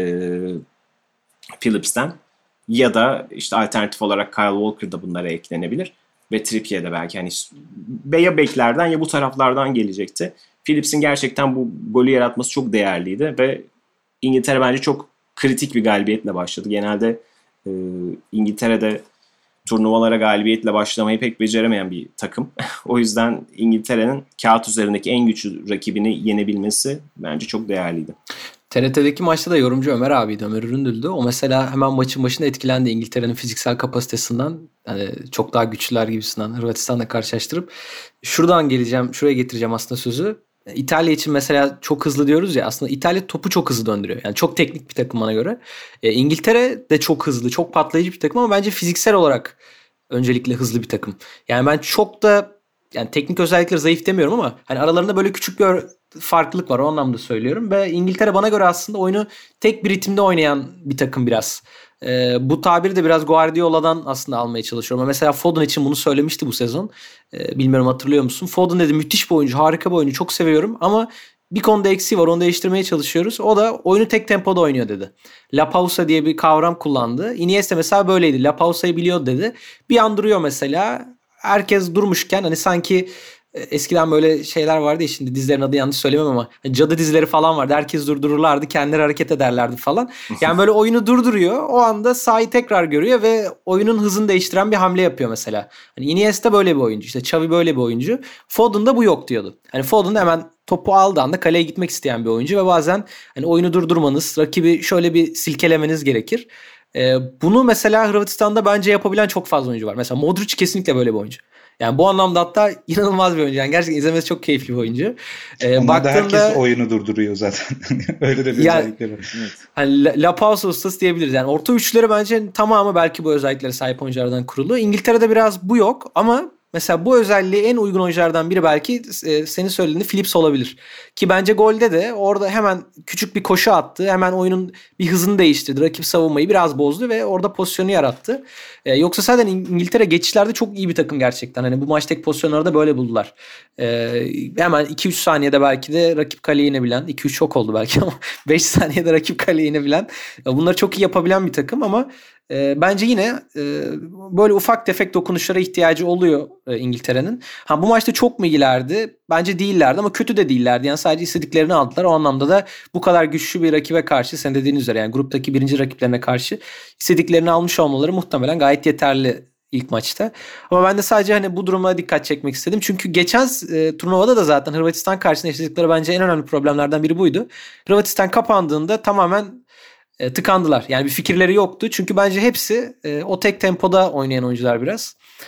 Phillips'ten. Ya da işte alternatif olarak Kyle Walker da bunlara eklenebilir. Ve Trippier de belki hani ya beklerden ya bu taraflardan gelecekti. Phillips'in gerçekten bu golü yaratması çok değerliydi ve İngiltere bence çok kritik bir galibiyetle başladı. Genelde e, İngiltere'de turnuvalara galibiyetle başlamayı pek beceremeyen bir takım. O yüzden İngiltere'nin kağıt üzerindeki en güçlü rakibini yenebilmesi bence çok değerliydi. T R T'deki maçta da yorumcu Ömer abiydi, Ömer Üründül'dü. O mesela hemen maçın başında etkilendi İngiltere'nin fiziksel kapasitesinden. Yani çok daha güçlüler gibisinden Hırvatistan'la karşılaştırıp. Şuradan geleceğim, şuraya getireceğim aslında sözü. İtalya için mesela çok hızlı diyoruz ya, aslında İtalya topu çok hızlı döndürüyor. Yani çok teknik bir takım bana göre. E, İngiltere de çok hızlı, çok patlayıcı bir takım ama bence fiziksel olarak öncelikle hızlı bir takım. Yani ben çok da yani teknik özellikleri zayıf demiyorum ama hani aralarında böyle küçük bir farklılık var, o anlamda söylüyorum. Ve İngiltere bana göre aslında oyunu tek bir ritimde oynayan bir takım biraz. Ee, bu tabiri de biraz Guardiola'dan aslında almaya çalışıyorum. Mesela Foden için bunu söylemişti bu sezon. Ee, bilmiyorum hatırlıyor musun? Foden dedi müthiş bir oyuncu, harika bir oyuncu, çok seviyorum ama bir konuda eksiği var, onu değiştirmeye çalışıyoruz. O da oyunu tek tempoda oynuyor dedi. La pausa diye bir kavram kullandı. Iniesta mesela böyleydi. La pausa'yı biliyor dedi. Bir an duruyor mesela. Herkes durmuşken hani sanki eskiden böyle şeyler vardı ya, şimdi dizilerin adı yanlış söylemem ama cadı dizileri falan vardı. Herkes durdururlardı, kendileri hareket ederlerdi falan. Yani böyle oyunu durduruyor. O anda sahayı tekrar görüyor ve oyunun hızını değiştiren bir hamle yapıyor mesela. Hani Iniesta böyle bir oyuncu. İşte Xavi böyle bir oyuncu. Foden'da bu yok diyordu. Hani Foden hemen topu aldığı anda kaleye gitmek isteyen bir oyuncu ve bazen hani oyunu durdurmanız, rakibi şöyle bir silkelemeniz gerekir. Ee, bunu mesela Hırvatistan'da bence yapabilen çok fazla oyuncu var. Mesela Modric kesinlikle böyle bir oyuncu. Yani bu anlamda hatta inanılmaz bir oyuncu. Yani gerçekten izlemesi çok keyifli bir oyuncu. Ee, Onlar baktığında, da herkes oyunu durduruyor zaten. Öyle de bir yani, özellikleri var. Evet. Hani La, La Pausa ustası diyebiliriz. Yani orta üçleri bence tamamı belki bu özelliklere sahip oyunculardan kurulu. İngiltere'de biraz bu yok ama mesela bu özelliği en uygun oyunculardan biri belki e, senin söylediğin Phillips olabilir. Ki bence golde de orada hemen küçük bir koşu attı. Hemen oyunun bir hızını değiştirdi. Rakip savunmayı biraz bozdu ve orada pozisyonu yarattı. E, yoksa zaten İngiltere geçişlerde çok iyi bir takım gerçekten. Hani bu maçtaki pozisyonları da böyle buldular. E, hemen iki üç saniyede belki de rakip kaleye inebilen, iki üç çok oldu belki ama beş saniyede rakip kaleye inebilen, bunları çok iyi yapabilen bir takım ama E, bence yine e, böyle ufak tefek dokunuşlara ihtiyacı oluyor e, İngiltere'nin. Ha, bu maçta çok mu iyilerdi? Bence değillerdi ama kötü de değillerdi. Yani sadece istediklerini aldılar. O anlamda da bu kadar güçlü bir rakibe karşı, sen dediğin üzere yani gruptaki birinci rakiplerine karşı istediklerini almış olmaları muhtemelen gayet yeterli ilk maçta. Ama ben de sadece hani bu duruma dikkat çekmek istedim. Çünkü geçen e, turnuvada da zaten Hırvatistan karşısında yaşadıkları bence en önemli problemlerden biri buydu. Hırvatistan kapandığında tamamen E, tıkandılar. Yani bir fikirleri yoktu. Çünkü bence hepsi e, o tek tempoda oynayan oyuncular biraz.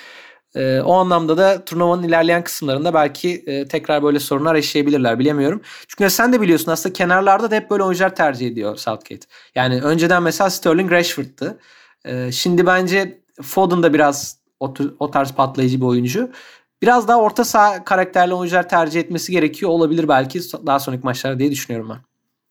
E, o anlamda da turnuvanın ilerleyen kısımlarında belki e, tekrar böyle sorunlar yaşayabilirler, bilemiyorum. Çünkü sen de biliyorsun aslında kenarlarda da hep böyle oyuncular tercih ediyor Southgate. Yani önceden mesela Sterling Rashford'tı. E, şimdi bence Foden da biraz o, o tarz patlayıcı bir oyuncu. Biraz daha orta saha karakterli oyuncular tercih etmesi gerekiyor olabilir belki daha sonraki maçlarda diye düşünüyorum ben.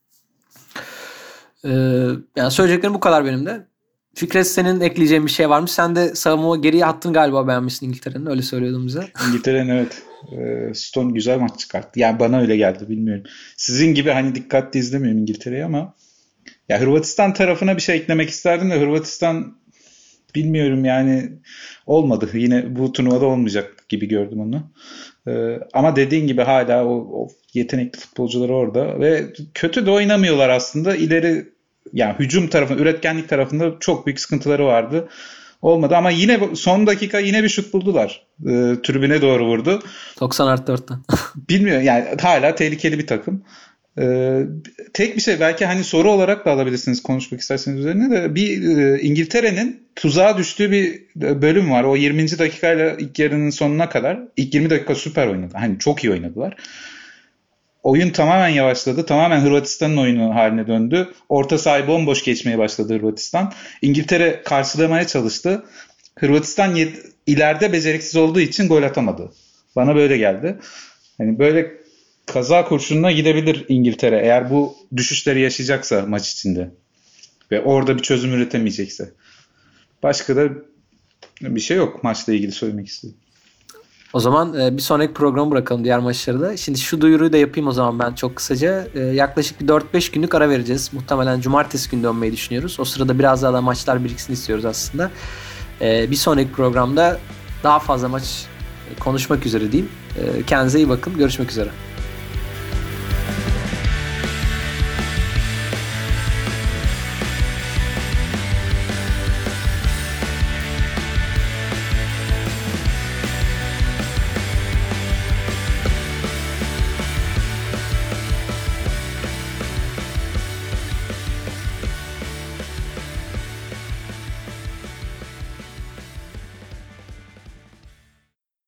Ee, yani söyleyeceklerim bu kadar benim de. Fikret, senin ekleyeceğin bir şey var mı? Sen de savunma geriye attın galiba, beğenmişsin İngiltere'nin. Öyle söylüyordun bize. İngiltere'nin evet. Stone güzel maç çıkarttı. Yani bana öyle geldi, bilmiyorum. Sizin gibi hani dikkatli izlemiyorum İngiltere'yi ama ya Hırvatistan tarafına bir şey eklemek isterdim de Hırvatistan bilmiyorum yani olmadı. Yine bu turnuvada olmayacak gibi gördüm onu. Ee, ama dediğin gibi hala o, o yetenekli futbolcular orada ve kötü de oynamıyorlar aslında. İleri yani hücum tarafında, üretkenlik tarafında çok büyük sıkıntıları vardı. Olmadı ama yine son dakika yine bir şut buldular. Ee, tribüne doğru vurdu. doksan artı dörtten. Bilmiyorum yani hala tehlikeli bir takım. Ee, tek bir şey belki hani soru olarak da alabilirsiniz konuşmak isterseniz üzerine de bir e, İngiltere'nin tuzağa düştüğü bir bölüm var. O yirminci dakikayla ilk yarının sonuna kadar ilk yirmi dakika süper oynadı. Hani çok iyi oynadılar. Oyun tamamen yavaşladı. Tamamen Hırvatistan'ın oyunu haline döndü. Orta sahayı bomboş geçmeye başladı Hırvatistan. İngiltere karşılamaya çalıştı. Hırvatistan yet- ileride beceriksiz olduğu için gol atamadı. Bana böyle geldi. Hani böyle kaza kurşununa gidebilir İngiltere eğer bu düşüşleri yaşayacaksa maç içinde. Ve orada bir çözüm üretemeyecekse. Başka da bir şey yok maçla ilgili söylemek istedim. O zaman bir sonraki programı bırakalım, diğer maçları da. Şimdi şu duyuruyu da yapayım o zaman ben çok kısaca. Yaklaşık bir dört beş günlük ara vereceğiz. Muhtemelen cumartesi günü dönmeyi düşünüyoruz. O sırada biraz daha da maçlar biriksin istiyoruz aslında. Bir sonraki programda daha fazla maç konuşmak üzere diyeyim. Kendinize iyi bakın. Görüşmek üzere.